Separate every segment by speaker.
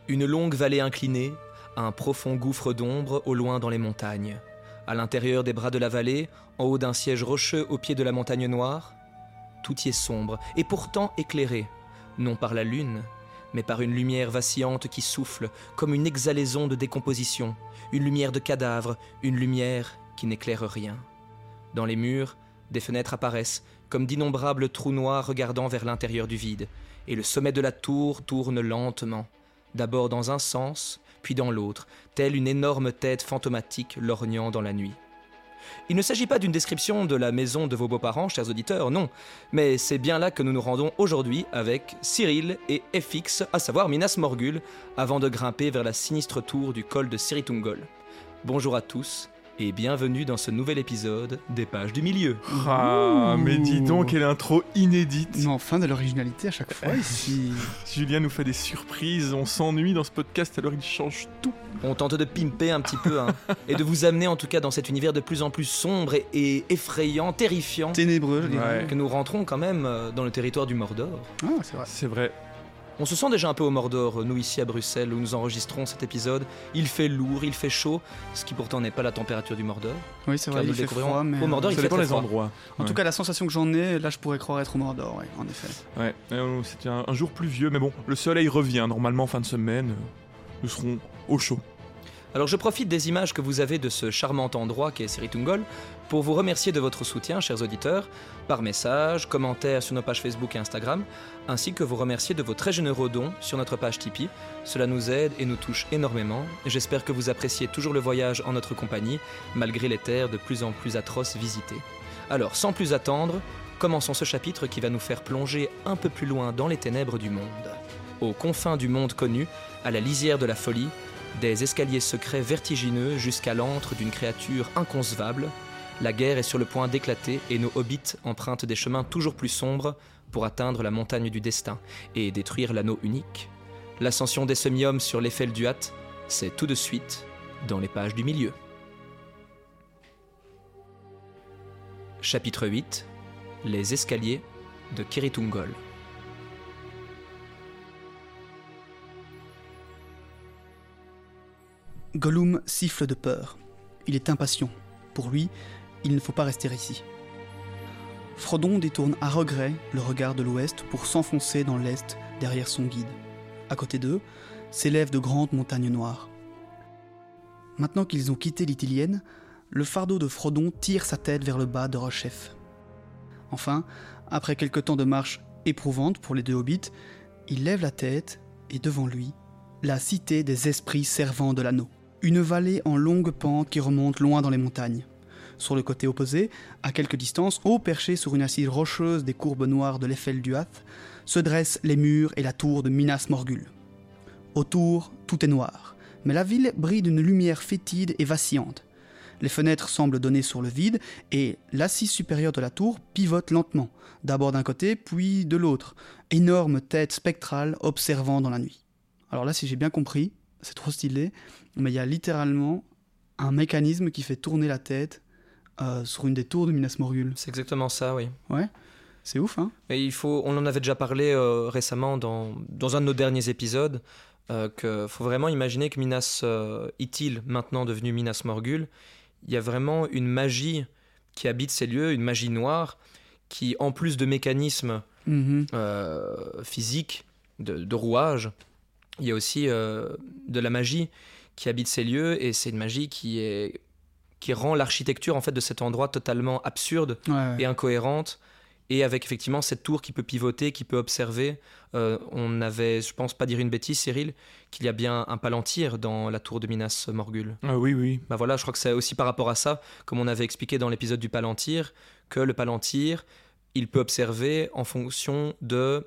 Speaker 1: Une longue vallée inclinée, un profond gouffre d'ombre au loin dans les montagnes. À l'intérieur des bras de la vallée, en haut d'un siège rocheux au pied de la montagne noire, tout y est sombre et pourtant éclairé, non par la lune, mais par une lumière vacillante qui souffle comme une exhalaison de décomposition, une lumière de cadavre, une lumière qui n'éclaire rien. Dans les murs, des fenêtres apparaissent comme d'innombrables trous noirs regardant vers l'intérieur du vide, et le sommet de la tour tourne lentement, d'abord dans un sens, puis dans l'autre, telle une énorme tête fantomatique lorgnant dans la nuit. Il ne s'agit pas d'une description de la maison de vos beaux-parents, chers auditeurs, non, mais c'est bien là que nous nous rendons aujourd'hui avec Cyril et FX, à savoir Minas Morgul, avant de grimper vers la sinistre tour du col de Sirithungol. Bonjour à tous, et bienvenue dans ce nouvel épisode des Pages du Milieu.
Speaker 2: Ah, mais dis donc, quelle intro inédite.
Speaker 3: Mais enfin, de l'originalité à chaque fois ici.
Speaker 2: Julien nous fait des surprises, on s'ennuie dans ce podcast, alors il change tout.
Speaker 1: On tente de pimper un petit peu, et de vous amener en tout cas dans cet univers de plus en plus sombre et effrayant, terrifiant.
Speaker 3: Ténébreux, je dirais.
Speaker 2: Ouais.
Speaker 1: Que nous rentrons quand même dans le territoire du Mordor.
Speaker 3: Ah, c'est vrai.
Speaker 2: C'est vrai.
Speaker 1: On se sent déjà un peu au Mordor, nous ici à Bruxelles, où nous enregistrons cet épisode. Il fait lourd, il fait chaud, ce qui pourtant n'est pas la température du Mordor.
Speaker 3: Oui, c'est vrai,
Speaker 1: Car nous
Speaker 3: il fait
Speaker 1: découvrirons
Speaker 3: froid, mais...
Speaker 1: au Mordor, il
Speaker 2: Ça
Speaker 1: fait
Speaker 2: dépend
Speaker 1: très
Speaker 2: des
Speaker 1: froid.
Speaker 2: endroits.
Speaker 3: En tout cas, la sensation que j'en ai, là, je pourrais croire être au Mordor, ouais, en effet.
Speaker 2: Ouais, c'était un jour pluvieux, mais bon, le soleil revient, normalement fin de semaine, nous serons au chaud.
Speaker 1: Alors je profite des images que vous avez de ce charmant endroit qu'est Sirithungol pour vous remercier de votre soutien, chers auditeurs, par message, commentaires sur nos pages Facebook et Instagram, ainsi que vous remercier de vos très généreux dons sur notre page Tipeee. Cela nous aide et nous touche énormément. J'espère que vous appréciez toujours le voyage en notre compagnie, malgré les terres de plus en plus atroces visitées. Alors, sans plus attendre, commençons ce chapitre qui va nous faire plonger un peu plus loin dans les ténèbres du monde. Aux confins du monde connu, à la lisière de la folie, des escaliers secrets vertigineux jusqu'à l'antre d'une créature inconcevable, la guerre est sur le point d'éclater et nos hobbits empruntent des chemins toujours plus sombres pour atteindre la montagne du destin et détruire l'anneau unique. L'ascension des semi-hommes sur l'Eiffel du Hâte, c'est tout de suite dans les pages du milieu. Chapitre 8 : Les escaliers de Sirithungol.
Speaker 3: Gollum siffle de peur. Il est impatient. Pour lui, il ne faut pas rester ici. Frodon détourne à regret le regard de l'ouest pour s'enfoncer dans l'est derrière son guide. À côté d'eux, s'élèvent de grandes montagnes noires. Maintenant qu'ils ont quitté l'Ithilienne, le fardeau de Frodon tire sa tête vers le bas de Rochef. Enfin, après quelque temps de marche éprouvante pour les deux hobbits, il lève la tête et devant lui, la cité des esprits servants de l'anneau. Une vallée en longue pente qui remonte loin dans les montagnes. Sur le côté opposé, à quelque distance, haut perché sur une assise rocheuse des courbes noires de l'Eiffel du Hâte, se dressent les murs et la tour de Minas Morgul. Autour, tout est noir, mais la ville brille d'une lumière fétide et vacillante. Les fenêtres semblent donner sur le vide et l'assise supérieure de la tour pivote lentement, d'abord d'un côté puis de l'autre, énorme tête spectrale observant dans la nuit. Alors là, si j'ai bien compris, c'est trop stylé, mais il y a littéralement un mécanisme qui fait tourner la tête sur une des tours de Minas Morgul.
Speaker 1: C'est exactement ça, oui.
Speaker 3: Ouais, c'est ouf, hein.
Speaker 1: Et on en avait déjà parlé récemment dans un de nos derniers épisodes, qu'il faut vraiment imaginer que Minas Ithil, maintenant devenu Minas Morgul, il y a vraiment une magie qui habite ces lieux, une magie noire, qui en plus de mécanismes physiques, de rouages, il y a aussi de la magie qui habite ces lieux, et c'est une magie qui rend l'architecture en fait de cet endroit totalement absurde et incohérente, et avec effectivement cette tour qui peut pivoter, qui peut observer. On avait, je pense pas dire une bêtise, Cyril, qu'il y a bien un palantir dans la tour de Minas Morgul.
Speaker 2: Ah oui.
Speaker 1: Bah voilà, je crois que c'est aussi par rapport à ça, comme on avait expliqué dans l'épisode du palantir, que le palantir, il peut observer en fonction de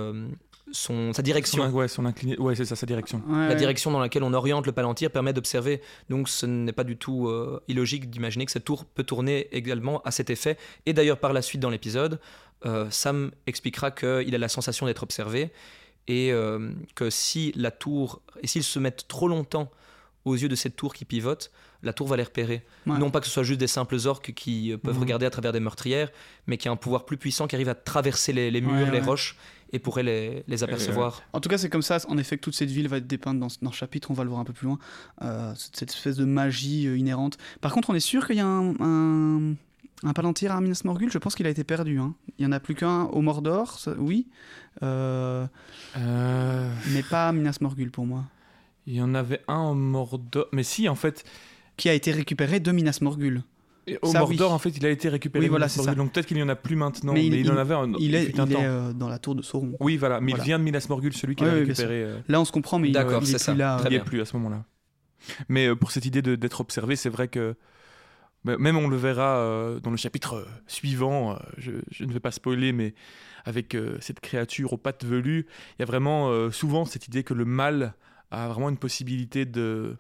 Speaker 1: sa direction.
Speaker 2: C'est ça, sa direction.
Speaker 3: Ouais,
Speaker 1: La direction dans laquelle on oriente le palantir permet d'observer. Donc ce n'est pas du tout illogique d'imaginer que cette tour peut tourner également à cet effet. Et d'ailleurs, par la suite dans l'épisode, Sam expliquera qu'il a la sensation d'être observé, et que si la tour, et s'ils se mettent trop longtemps aux yeux de cette tour qui pivote, la tour va les repérer.
Speaker 3: Ouais.
Speaker 1: Non pas que ce soit juste des simples orques qui peuvent regarder à travers des meurtrières, mais qui a un pouvoir plus puissant qui arrive à traverser les murs, les roches, et pourrait les apercevoir.
Speaker 3: En tout cas, c'est comme ça, en effet, que toute cette ville va être dépeinte dans ce chapitre, on va le voir un peu plus loin. Cette espèce de magie inhérente. Par contre, on est sûr qu'il y a un palantir à Minas Morgul. Je pense qu'il a été perdu. Hein. Il n'y en a plus qu'un au Mordor, oui. Mais pas à Minas Morgul pour moi.
Speaker 2: Il y en avait un au Mordor. Mais si, en fait.
Speaker 3: Qui a été récupéré de Minas Morgul.
Speaker 2: Et au Mordor, en fait, il a été récupéré.
Speaker 3: Oui, voilà, c'est ça.
Speaker 2: Donc peut-être qu'il n'y en a plus maintenant. Mais il en avait un.
Speaker 3: Il est dans la tour de Sauron.
Speaker 2: Oui, voilà. Mais il vient de Minas Morgul, celui qui l'a récupéré.
Speaker 3: Là, on se comprend, mais il est plus là.
Speaker 2: Il n'y est plus à ce moment-là. Mais pour cette idée d'être observé, c'est vrai que. Même on le verra dans le chapitre suivant, je ne vais pas spoiler, mais avec cette créature aux pattes velues, il y a vraiment souvent cette idée que le mal a vraiment une possibilité d'être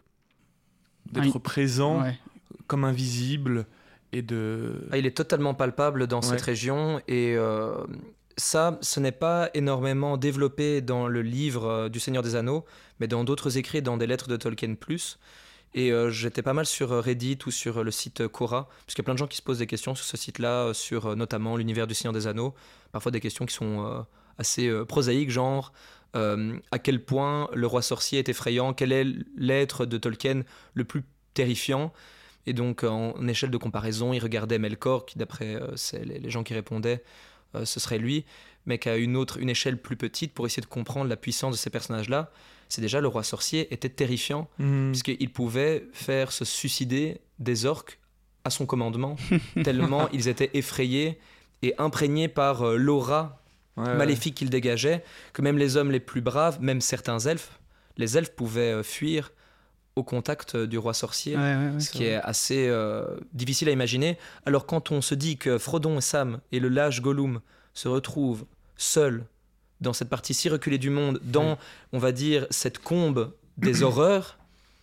Speaker 2: présent comme invisible et de...
Speaker 1: Il est totalement palpable dans cette région et ça, ce n'est pas énormément développé dans le livre du Seigneur des Anneaux, mais dans d'autres écrits, dans des lettres de Tolkien+. Et j'étais pas mal sur Reddit ou sur le site Quora, parce qu'il y a plein de gens qui se posent des questions sur ce site-là, sur notamment l'univers du Seigneur des Anneaux. Parfois des questions qui sont assez prosaïques, genre à quel point le roi sorcier est effrayant, quel est l'être de Tolkien le plus terrifiant. Et donc en échelle de comparaison, il regardait Melkor, qui d'après les gens qui répondaient, ce serait lui, mais qu'à une échelle plus petite, pour essayer de comprendre la puissance de ces personnages-là, c'est déjà le roi sorcier était terrifiant, puisqu'il pouvait faire se suicider des orques à son commandement, tellement ils étaient effrayés et imprégnés par l'aura maléfique qu'il dégageait, que même les hommes les plus braves, même certains elfes, les elfes pouvaient fuir au contact du roi sorcier, ce qui est assez difficile à imaginer. Alors quand on se dit que Frodon et Sam et le lâche Gollum se retrouvent seuls dans cette partie si reculée du monde, dans, on va dire, cette combe des horreurs,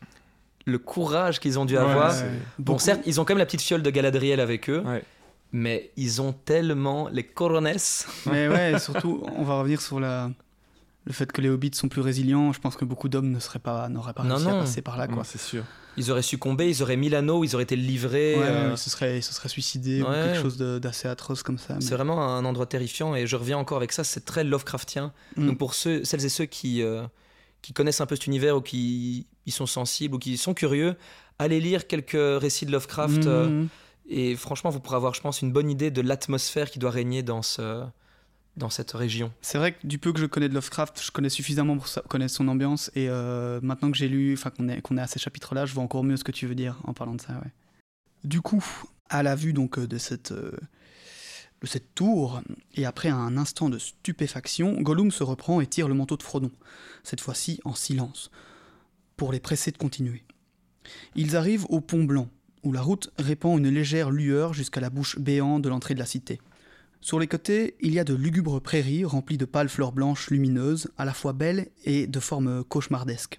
Speaker 1: le courage qu'ils ont dû avoir. Bon, certes, ils ont quand même la petite fiole de Galadriel avec eux, mais ils ont tellement les corones.
Speaker 3: Mais surtout, on va revenir sur le fait que les hobbits sont plus résilients. Je pense que beaucoup d'hommes n'auraient pas réussi à passer par là. Quoi.
Speaker 2: C'est sûr.
Speaker 1: Ils auraient succombé, ils auraient mis l'anneau, ils auraient été livrés.
Speaker 3: Ils se seraient suicidés ou quelque chose d'assez atroce comme ça. Mais...
Speaker 1: C'est vraiment un endroit terrifiant et je reviens encore avec ça, c'est très Lovecraftien. Donc pour celles et ceux qui connaissent un peu cet univers ou qui y sont sensibles ou qui sont curieux, allez lire quelques récits de Lovecraft et franchement vous pourrez avoir, je pense, une bonne idée de l'atmosphère qui doit régner dans cette région.
Speaker 3: C'est vrai que du peu que je connais de Lovecraft, je connais suffisamment pour connaître son ambiance et maintenant que j'ai lu, qu'on est à ces chapitres-là, je vois encore mieux ce que tu veux dire en parlant de ça. Du coup, à la vue donc de cette tour et après un instant de stupéfaction, Gollum se reprend et tire le manteau de Frodon, cette fois-ci en silence, pour les presser de continuer. Ils arrivent au pont blanc, où la route répand une légère lueur jusqu'à la bouche béante de l'entrée de la cité. Sur les côtés, il y a de lugubres prairies remplies de pâles fleurs blanches lumineuses, à la fois belles et de forme cauchemardesque.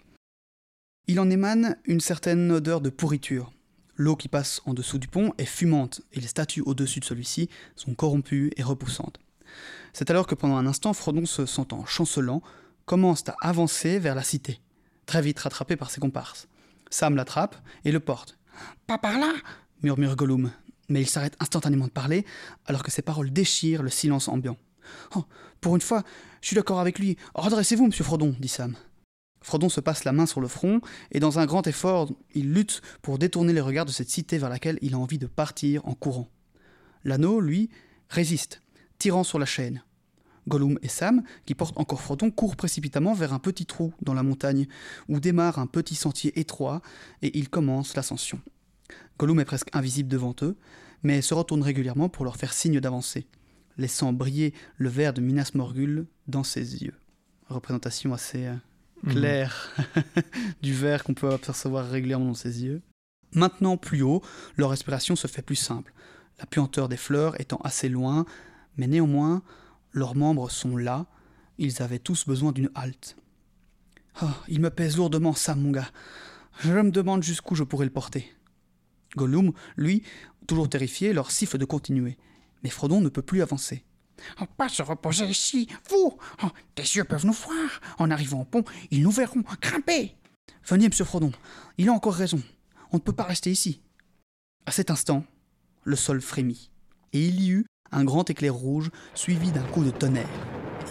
Speaker 3: Il en émane une certaine odeur de pourriture. L'eau qui passe en dessous du pont est fumante et les statues au-dessus de celui-ci sont corrompues et repoussantes. C'est alors que pendant un instant, Frodon, se sentant chancelant, commence à avancer vers la cité, très vite rattrapé par ses comparses. Sam l'attrape et le porte. « Pas par là !» murmure Gollum. Mais il s'arrête instantanément de parler, alors que ses paroles déchirent le silence ambiant. « Oh, pour une fois, je suis d'accord avec lui. Redressez-vous, monsieur Frodon, dit Sam. » Frodon se passe la main sur le front, et dans un grand effort, il lutte pour détourner les regards de cette cité vers laquelle il a envie de partir en courant. L'anneau, lui, résiste, tirant sur la chaîne. Gollum et Sam, qui portent encore Frodon, courent précipitamment vers un petit trou dans la montagne, où démarre un petit sentier étroit, et ils commencent l'ascension. Gollum est presque invisible devant eux, mais se retourne régulièrement pour leur faire signe d'avancer, laissant briller le verre de Minas Morgul dans ses yeux. Représentation assez claire du verre qu'on peut apercevoir régulièrement dans ses yeux. Maintenant, plus haut, leur respiration se fait plus simple, la puanteur des fleurs étant assez loin, mais néanmoins, leurs membres sont là, ils avaient tous besoin d'une halte. « Oh, il me pèse lourdement, Sam, mon gars. Je me demande jusqu'où je pourrais le porter. » Gollum, lui, toujours terrifié, leur siffle de continuer. Mais Frodon ne peut plus avancer.
Speaker 4: « Pas se reposer ici, vous. Tes yeux peuvent nous voir. En arrivant au pont, ils nous verront. Grimpez !»«
Speaker 3: Venez, monsieur Frodon. Il a encore raison. On ne peut pas rester ici. » À cet instant, le sol frémit. Et il y eut un grand éclair rouge, suivi d'un coup de tonnerre.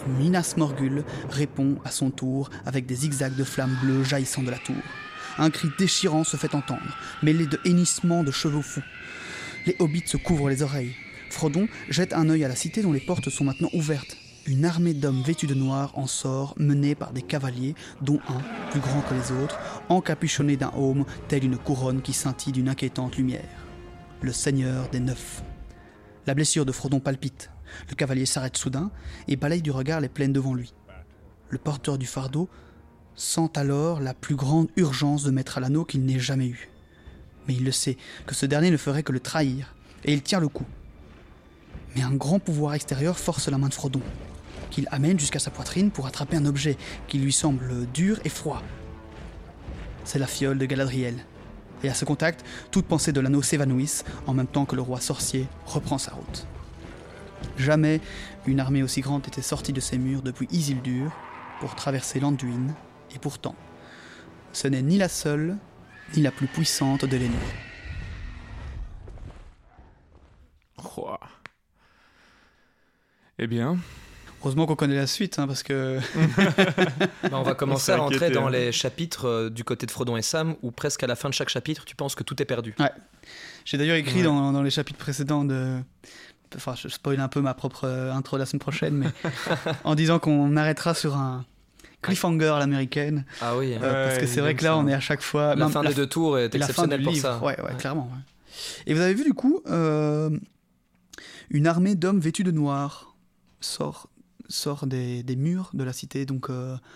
Speaker 3: Minas Morgul répond à son tour avec des zigzags de flammes bleues jaillissant de la tour. Un cri déchirant se fait entendre, mêlé de hennissements de chevaux fous. Les hobbits se couvrent les oreilles. Frodon jette un œil à la cité dont les portes sont maintenant ouvertes. Une armée d'hommes vêtus de noir en sort, menée par des cavaliers, dont un, plus grand que les autres, encapuchonné d'un aume, tel une couronne qui scintille d'une inquiétante lumière. Le Seigneur des Neufs. La blessure de Frodon palpite. Le cavalier s'arrête soudain et balaye du regard les plaines devant lui. Le porteur du fardeau sent alors la plus grande urgence de mettre à l'anneau qu'il n'ait jamais eue. Mais il le sait, que ce dernier ne ferait que le trahir, et il tient le coup. Mais un grand pouvoir extérieur force la main de Frodon, qu'il amène jusqu'à sa poitrine pour attraper un objet qui lui semble dur et froid. C'est la fiole de Galadriel. Et à ce contact, toute pensée de l'anneau s'évanouisse, en même temps que le roi sorcier reprend sa route. Jamais une armée aussi grande n'était sortie de ses murs depuis Isildur pour traverser l'Anduin, et pourtant, ce n'est ni la seule, ni la plus puissante de l'ennemi.
Speaker 2: Ouah. Eh bien,
Speaker 3: Heureusement qu'on connaît la suite, hein, parce que...
Speaker 1: On va commencer
Speaker 2: s'est
Speaker 1: à rentrer
Speaker 2: inquiété,
Speaker 1: dans
Speaker 2: hein.
Speaker 1: les chapitres du côté de Frodon et Sam, où presque à la fin de chaque chapitre, tu penses que tout est perdu.
Speaker 3: Ouais. J'ai d'ailleurs écrit
Speaker 2: Ouais.
Speaker 3: dans les chapitres précédents de... Enfin, je spoil un peu ma propre intro la semaine prochaine, mais en disant qu'on arrêtera sur un cliffhanger à l'américaine,
Speaker 1: Ah oui,
Speaker 3: parce que
Speaker 2: Ouais,
Speaker 3: c'est vrai
Speaker 2: j'aime
Speaker 3: que là,
Speaker 2: ça.
Speaker 3: on est à chaque fois...
Speaker 1: la
Speaker 3: même
Speaker 1: fin des deux tours est
Speaker 3: et la fin du
Speaker 1: exceptionnelle pour
Speaker 3: livre,
Speaker 1: ça.
Speaker 3: ouais, clairement. Ouais. Et vous avez vu, du coup, une armée d'hommes vêtus de noir sort des murs de la cité, donc...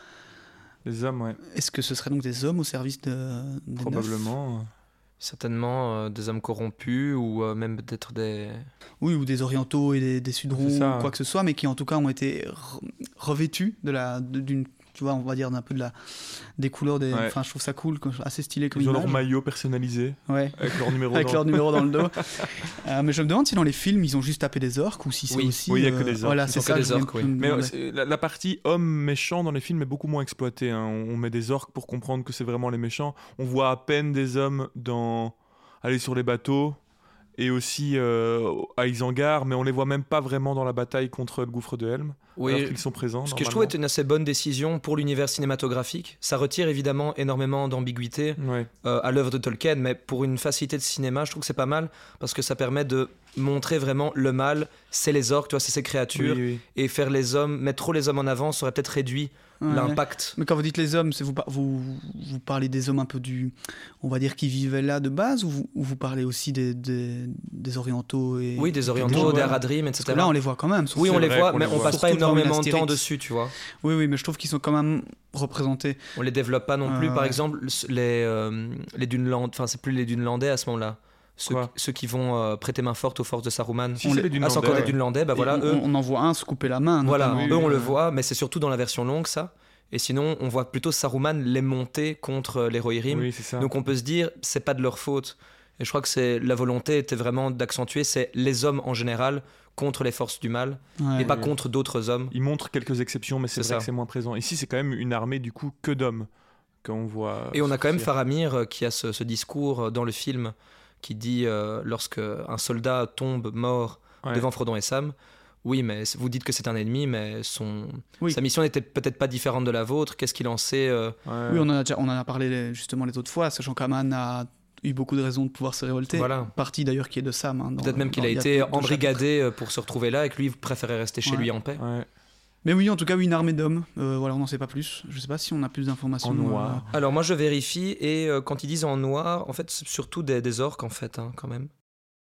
Speaker 2: les hommes, ouais,
Speaker 3: Est-ce que ce seraient donc des hommes au service des Neufs ?
Speaker 2: probablement.
Speaker 1: Certainement des hommes corrompus ou même peut-être des...
Speaker 3: Oui, ou des orientaux et des sudrons,
Speaker 2: C'est ça,
Speaker 3: ou quoi que ce soit, mais qui en tout cas ont été revêtus d'une, tu vois, on va dire d'un peu des couleurs des.
Speaker 2: Ouais.
Speaker 3: Enfin, je trouve ça cool, assez stylé comme
Speaker 2: Ils ont
Speaker 3: image.
Speaker 2: leur maillot personnalisé,
Speaker 3: Ouais.
Speaker 2: avec leur numéro.
Speaker 3: Avec
Speaker 2: dans-
Speaker 3: leur numéro dans le dos. Mais je me demande si dans les films ils ont juste tapé des orques ou si c'est
Speaker 1: Oui.
Speaker 3: aussi.
Speaker 2: Oui, il y a que des orques.
Speaker 3: Voilà,
Speaker 1: Ils
Speaker 3: c'est
Speaker 1: sont
Speaker 3: ça.
Speaker 1: que des
Speaker 3: je voulais
Speaker 1: orques, oui.
Speaker 3: me
Speaker 2: Mais
Speaker 3: demander.
Speaker 2: la partie homme méchant dans les films est beaucoup moins exploitée, hein. On met des orques pour comprendre que c'est vraiment les méchants. On voit à peine des hommes aller sur les bateaux et aussi à Isengard, mais on les voit même pas vraiment dans la bataille contre le gouffre de Helm, alors
Speaker 1: Oui,
Speaker 2: qu'ils sont présents.
Speaker 1: ce que je trouve est une assez bonne décision pour l'univers cinématographique. Ça retire évidemment énormément d'ambiguïté
Speaker 2: Ouais.
Speaker 1: à l'œuvre de Tolkien, mais pour une facilité de cinéma, je trouve que c'est pas mal parce que ça permet de montrer vraiment le mal, c'est les orques, tu vois, c'est ces créatures,
Speaker 2: Oui, oui.
Speaker 1: et faire les hommes, mettre trop les hommes en avant, ça aurait peut-être réduit
Speaker 3: Ouais.
Speaker 1: l'impact.
Speaker 3: Mais quand vous dites les hommes, vous parlez des hommes un peu on va dire, qui vivaient là de base, ou vous parlez aussi des orientaux et...
Speaker 1: Oui, des
Speaker 3: et
Speaker 1: orientaux, des
Speaker 3: voilà.
Speaker 1: Haradrim,
Speaker 3: Parce
Speaker 1: etc.
Speaker 3: que là, on les voit quand même.
Speaker 1: Oui, on
Speaker 2: C'est
Speaker 1: les
Speaker 2: vrai
Speaker 1: voit,
Speaker 2: qu'on
Speaker 1: mais
Speaker 2: les
Speaker 1: on
Speaker 2: voit.
Speaker 1: passe pas
Speaker 3: Surtout dans
Speaker 1: énormément de
Speaker 3: Minas
Speaker 1: temps
Speaker 3: Tirith.
Speaker 1: dessus, tu vois.
Speaker 3: Oui, mais je trouve qu'ils sont quand même représentés.
Speaker 1: On les développe pas non plus. Par
Speaker 3: Ouais.
Speaker 1: exemple, les Duneland, enfin c'est plus les Dunelandais à ce moment-là.
Speaker 2: Quoi
Speaker 1: Ceux qui vont prêter main forte aux forces de Saruman.
Speaker 2: Si, c'est les
Speaker 1: Ah, c'est encore
Speaker 2: Dunelandais,
Speaker 1: les Dunelandais, bah
Speaker 3: Et
Speaker 1: voilà, eux,
Speaker 3: on en voit un se couper la main.
Speaker 1: voilà,
Speaker 3: notamment.
Speaker 2: oui,
Speaker 1: eux on
Speaker 2: oui,
Speaker 1: le
Speaker 2: oui.
Speaker 1: voit, mais c'est surtout dans la version longue ça. Et sinon, on voit plutôt Saruman les monter contre les Rohirrim.
Speaker 2: Oui, c'est ça.
Speaker 1: Donc on peut se dire, c'est pas de leur faute. Et je crois que la volonté était vraiment d'accentuer, c'est les hommes en général contre les forces du mal,
Speaker 3: Ouais.
Speaker 1: et pas
Speaker 2: oui.
Speaker 1: contre d'autres hommes.
Speaker 2: Ils montrent quelques exceptions, mais c'est
Speaker 1: C'est
Speaker 2: vrai
Speaker 1: ça.
Speaker 2: que c'est moins présent. Ici, c'est quand même une armée du coup que d'hommes qu'on voit.
Speaker 1: Et on a quand même
Speaker 2: sortir.
Speaker 1: Faramir qui a ce discours dans le film qui dit lorsque un soldat tombe mort
Speaker 2: Ouais.
Speaker 1: devant Frodon et Sam, oui, mais vous dites que c'est un ennemi, mais
Speaker 3: Oui.
Speaker 1: sa mission n'était peut-être pas différente de la vôtre. Qu'est-ce qu'il en sait
Speaker 2: Ouais.
Speaker 3: Oui, on en a parlé justement les autres fois, sachant qu'Aman a eu beaucoup de raisons de pouvoir se révolter.
Speaker 1: Voilà.
Speaker 3: Partie d'ailleurs qui est de Sam. Hein,
Speaker 1: Peut-être même qu'il a
Speaker 3: il y
Speaker 1: été
Speaker 3: deux
Speaker 1: embrigadé pour se retrouver là et que lui préférait rester chez
Speaker 3: Ouais.
Speaker 1: lui en paix.
Speaker 2: Ouais.
Speaker 3: Mais oui, en tout cas, oui, une armée d'hommes. Voilà, on n'en sait pas plus. Je sais pas si on a plus d'informations.
Speaker 2: En noir.
Speaker 1: Alors moi je vérifie et quand ils disent en noir, en fait c'est surtout des orques en fait hein, quand même.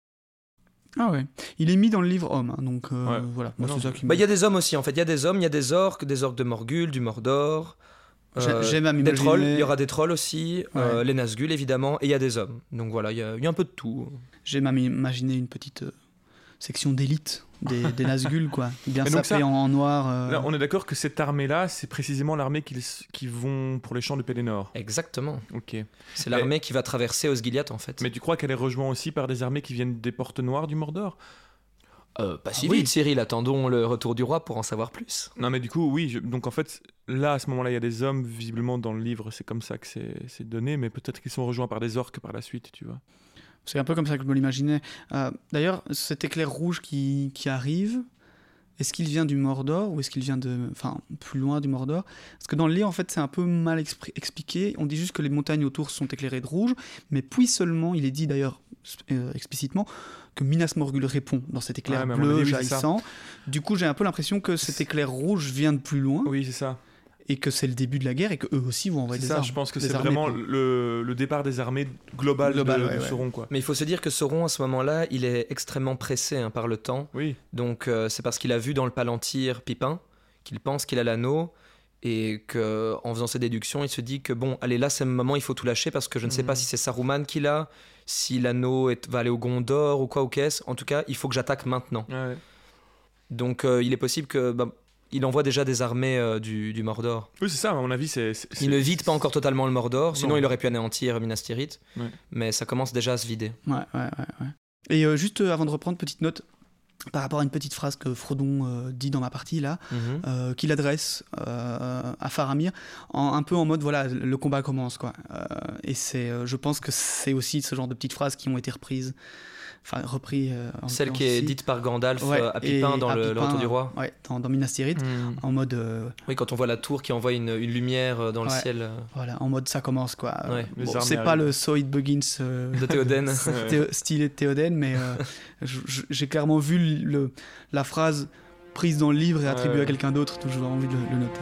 Speaker 3: Ah ouais. Il est mis dans le livre homme, hein, donc
Speaker 2: Ouais.
Speaker 3: voilà. Moi,
Speaker 2: Non,
Speaker 3: c'est ça qui me-
Speaker 1: Bah il y a des hommes aussi en fait, il y a des hommes, il y a des orques de Morgul, du Mordor.
Speaker 3: J'aime à
Speaker 1: des
Speaker 3: m'imaginer-
Speaker 1: trolls, il y aura des trolls aussi,
Speaker 3: Ouais.
Speaker 1: les Nazgûl évidemment, et il y a des hommes. Donc voilà, il y a un peu de tout.
Speaker 3: J'aime à m'imaginer une petite section d'élite des Nazgûl, quoi. Bien
Speaker 2: Mais donc
Speaker 3: sapés
Speaker 2: ça-
Speaker 3: en noir.
Speaker 2: Là, on est d'accord que cette armée-là, c'est précisément l'armée qui vont pour les champs de Pélénor.
Speaker 1: Exactement.
Speaker 2: Ok.
Speaker 1: C'est l'armée qui va traverser Osgiliath en fait.
Speaker 2: Mais tu crois qu'elle est rejointe aussi par des armées qui viennent des portes noires du Mordor?
Speaker 1: Pas si
Speaker 3: oui.
Speaker 1: vite Cyril, attendons le retour du roi pour en savoir plus.
Speaker 2: Non, mais du coup, oui. Donc en fait, là, à ce moment-là, il y a des hommes. Visiblement, dans le livre, c'est comme ça que c'est donné. Mais peut-être qu'ils sont rejoints par des orques par la suite, tu vois.
Speaker 3: C'est un peu comme ça que je me l'imaginais. D'ailleurs, cet éclair rouge qui arrive, Est-ce qu'il vient du Mordor ou est-ce qu'il vient plus loin du Mordor? Parce que dans le livre, en fait, c'est un peu mal expliqué. On dit juste que les montagnes autour sont éclairées de rouge, mais puis seulement, il est dit d'ailleurs explicitement, que Minas Morgul répond dans cet éclair bleu jaillissant. Du coup, j'ai un peu l'impression que cet éclair rouge vient de plus loin.
Speaker 2: Oui, c'est ça.
Speaker 3: Et que c'est le début de la guerre et qu'eux aussi vont envoyer des armes.
Speaker 2: Je pense que c'est vraiment le départ des armées global de Sauron, quoi.
Speaker 1: Mais il faut se dire que Sauron, à ce moment-là, il est extrêmement pressé par le temps.
Speaker 2: Oui.
Speaker 1: Donc c'est parce qu'il a vu dans le Palantir Pipin qu'il pense qu'il a l'anneau et qu'en faisant ses déductions, il se dit que bon, allez, là, c'est le moment, il faut tout lâcher parce que je ne sais pas si c'est Saruman qui l'a, si l'anneau va aller au Gondor ou quoi ou qu'est-ce. En tout cas, il faut que j'attaque maintenant.
Speaker 2: Ouais.
Speaker 1: Donc il est possible que... il envoie déjà des armées du Mordor.
Speaker 2: Oui, c'est ça, à mon avis.
Speaker 1: Il ne vide pas encore totalement le Mordor, sinon il aurait pu anéantir Minas Tirith, mais ça commence déjà à se vider.
Speaker 3: Ouais. Et juste avant de reprendre, petite note, par rapport à une petite phrase que Frodon dit dans ma partie, là, qu'il adresse à Faramir, un peu en mode, voilà, le combat commence, quoi. Et je pense que c'est aussi ce genre de petites phrases qui ont été reprises. Repris
Speaker 1: celle qui est dite par Gandalf à Pipin dans le Retour du Roi.
Speaker 3: Ouais, dans Minas Tirith, en mode...
Speaker 1: Oui, quand on voit la tour qui envoie une lumière dans le ciel.
Speaker 3: Voilà, en mode ça commence, quoi.
Speaker 1: Ouais.
Speaker 3: Bon, c'est pas le So It Begins
Speaker 1: de Théoden.
Speaker 3: Stylé de Théoden, mais j'ai clairement vu la phrase prise dans le livre et attribuée à quelqu'un d'autre, donc j'avais envie de le noter.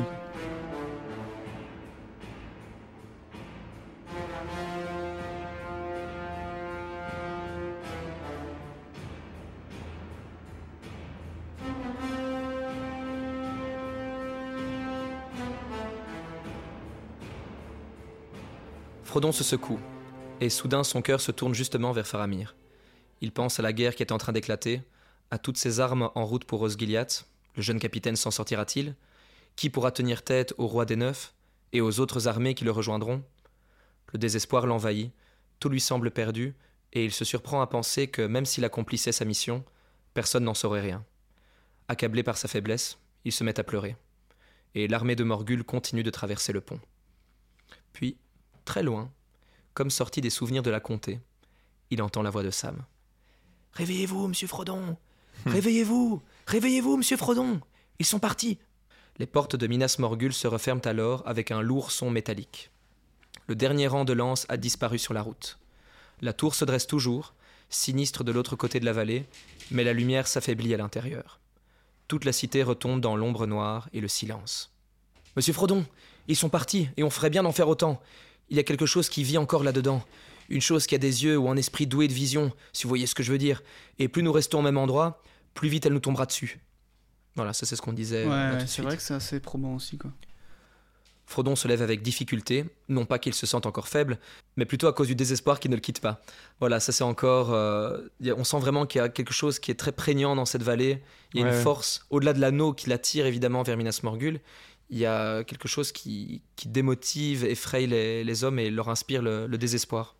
Speaker 1: Frodon se secoue, et soudain son cœur se tourne justement vers Faramir. Il pense à la guerre qui est en train d'éclater, à toutes ces armes en route pour Osgiliath. Le jeune capitaine s'en sortira-t-il? Qui pourra tenir tête au roi des Neufs et aux autres armées qui le rejoindront? Le désespoir l'envahit, tout lui semble perdu, et il se surprend à penser que même s'il accomplissait sa mission, personne n'en saurait rien. Accablé par sa faiblesse, il se met à pleurer, et l'armée de Morgul continue de traverser le pont. Puis, très loin, comme sorti des souvenirs de la comté, il entend la voix de Sam. « Réveillez-vous, monsieur Frodon! Réveillez-vous! Réveillez-vous, monsieur Frodon! Ils sont partis !» Les portes de Minas Morgul se referment alors avec un lourd son métallique. Le dernier rang de lances a disparu sur la route. La tour se dresse toujours, sinistre de l'autre côté de la vallée, mais la lumière s'affaiblit à l'intérieur. Toute la cité retombe dans l'ombre noire et le silence. « Monsieur Frodon, ils sont partis, et on ferait bien d'en faire autant. Il y a quelque chose qui vit encore là-dedans. Une chose qui a des yeux ou un esprit doué de vision, si vous voyez ce que je veux dire. Et plus nous restons au même endroit, plus vite elle nous tombera dessus. » Voilà, ça c'est ce qu'on disait.
Speaker 3: Ouais, c'est vrai que c'est assez probant aussi, quoi.
Speaker 1: Frodon se lève avec difficulté, non pas qu'il se sente encore faible, mais plutôt à cause du désespoir qui ne le quitte pas. Voilà, ça c'est encore... on sent vraiment qu'il y a quelque chose qui est très prégnant dans cette vallée. Il y a une force, au-delà de l'anneau qui l'attire évidemment vers Minas Morgul, il y a quelque chose qui démotive, effraie les hommes et leur inspire le désespoir.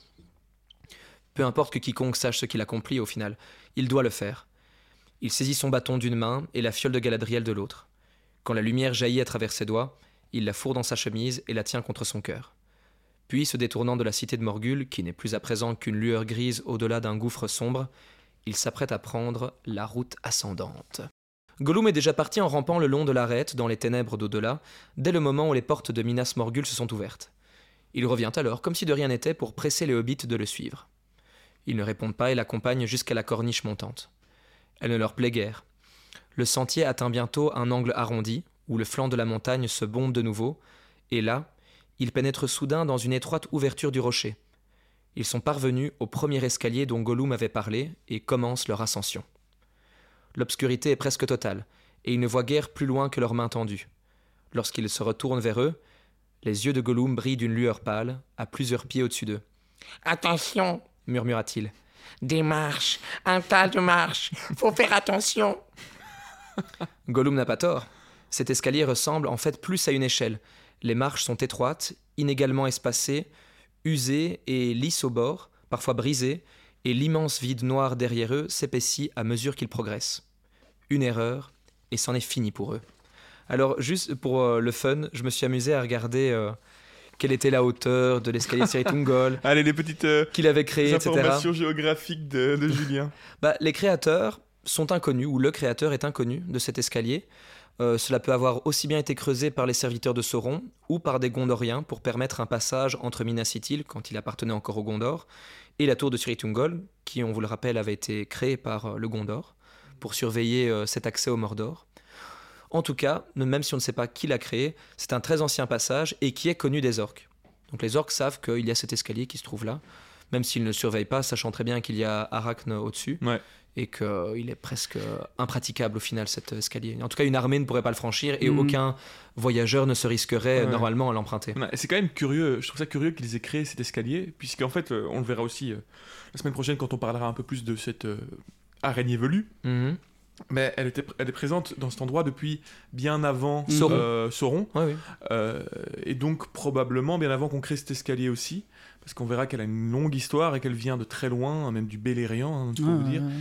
Speaker 1: Peu importe que quiconque sache ce qu'il accomplit au final, il doit le faire. Il saisit son bâton d'une main et la fiole de Galadriel de l'autre. Quand la lumière jaillit à travers ses doigts, il la fourre dans sa chemise et la tient contre son cœur. Puis, se détournant de la cité de Morgul, qui n'est plus à présent qu'une lueur grise au-delà d'un gouffre sombre, il s'apprête à prendre la route ascendante. Gollum est déjà parti en rampant le long de l'arête dans les ténèbres d'au-delà, dès le moment où les portes de Minas Morgul se sont ouvertes. Il revient alors, comme si de rien n'était, pour presser les hobbits de le suivre. Ils ne répondent pas et l'accompagnent jusqu'à la corniche montante. Elle ne leur plaît guère. Le sentier atteint bientôt un angle arrondi, où le flanc de la montagne se bonde de nouveau, et là, ils pénètrent soudain dans une étroite ouverture du rocher. Ils sont parvenus au premier escalier dont Gollum avait parlé et commencent leur ascension. L'obscurité est presque totale, et ils ne voient guère plus loin que leurs mains tendues. Lorsqu'ils se retournent vers eux, les yeux de Gollum brillent d'une lueur pâle, à plusieurs pieds au-dessus d'eux.
Speaker 4: « Attention !»
Speaker 1: murmura-t-il.
Speaker 4: « Des marches, un tas de marches, faut faire attention !»
Speaker 1: Gollum n'a pas tort. Cet escalier ressemble en fait plus à une échelle. Les marches sont étroites, inégalement espacées, usées et lisses au bord, parfois brisées, et l'immense vide noir derrière eux s'épaissit à mesure qu'ils progressent. Une erreur, et c'en est fini pour eux. Alors, juste pour le fun, je me suis amusé à regarder quelle était la hauteur de l'escalier de Cirith Ungol.
Speaker 2: Allez, les petites
Speaker 1: qu'il avait créé,
Speaker 2: informations
Speaker 1: etc.
Speaker 2: géographiques de Julien.
Speaker 1: Les créateurs sont inconnus, ou le créateur est inconnu de cet escalier. Cela peut avoir aussi bien été creusé par les serviteurs de Sauron ou par des Gondoriens pour permettre un passage entre Minas Ithil, quand il appartenait encore au Gondor, et la tour de Cirith Ungol, qui, on vous le rappelle, avait été créée par le Gondor pour surveiller cet accès au Mordor. En tout cas, même si on ne sait pas qui l'a créé, c'est un très ancien passage et qui est connu des orques. Donc les orques savent qu'il y a cet escalier qui se trouve là, même s'ils ne le surveillent pas, sachant très bien qu'il y a Arachne au-dessus.
Speaker 2: Ouais.
Speaker 1: Et qu'il est presque impraticable au final cet escalier. En tout cas, une armée ne pourrait pas le franchir et aucun voyageur ne se risquerait normalement à l'emprunter.
Speaker 2: Ouais, c'est quand même curieux, je trouve ça curieux qu'ils aient créé cet escalier, puisqu'en fait, on le verra aussi la semaine prochaine quand on parlera un peu plus de cette araignée velue. Mais elle est présente dans cet endroit depuis bien avant Sauron.
Speaker 1: Ouais, oui.
Speaker 2: Et donc probablement bien avant qu'on crée cet escalier aussi, parce qu'on verra qu'elle a une longue histoire et qu'elle vient de très loin, même du Beleriand, je peux vous dire.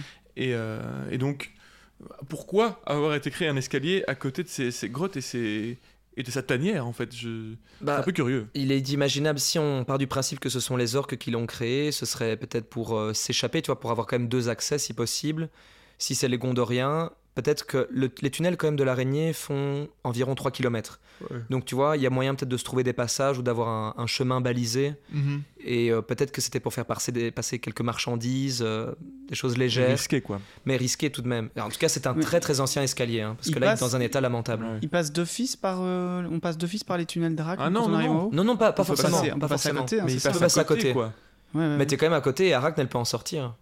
Speaker 2: Et donc, pourquoi avoir été créé un escalier à côté de ces grottes et de sa tanière, en fait c'est un peu curieux.
Speaker 1: Il est imaginable, si on part du principe que ce sont les orques qui l'ont créé, ce serait peut-être pour s'échapper, tu vois, pour avoir quand même 2 accès si possible. Si c'est les Gondoriens, peut-être que les tunnels quand même de l'araignée font environ 3 km. Ouais. Donc tu vois, il y a moyen peut-être de se trouver des passages ou d'avoir un chemin balisé. Et peut-être que c'était pour faire passer quelques marchandises, des choses légères.
Speaker 2: Risqué, quoi.
Speaker 1: Mais risqué tout de même. Alors, en tout cas, c'est un très très ancien escalier, hein, parce que là, il est dans un état lamentable.
Speaker 3: Ouais. On passe d'office par les tunnels d'Arachne.
Speaker 1: Non, pas forcément.
Speaker 3: On peut passer à côté.
Speaker 1: Mais il peut passer à côté.
Speaker 2: Quoi.
Speaker 1: Mais t'es quand même à côté et Arachne, elle peut en sortir.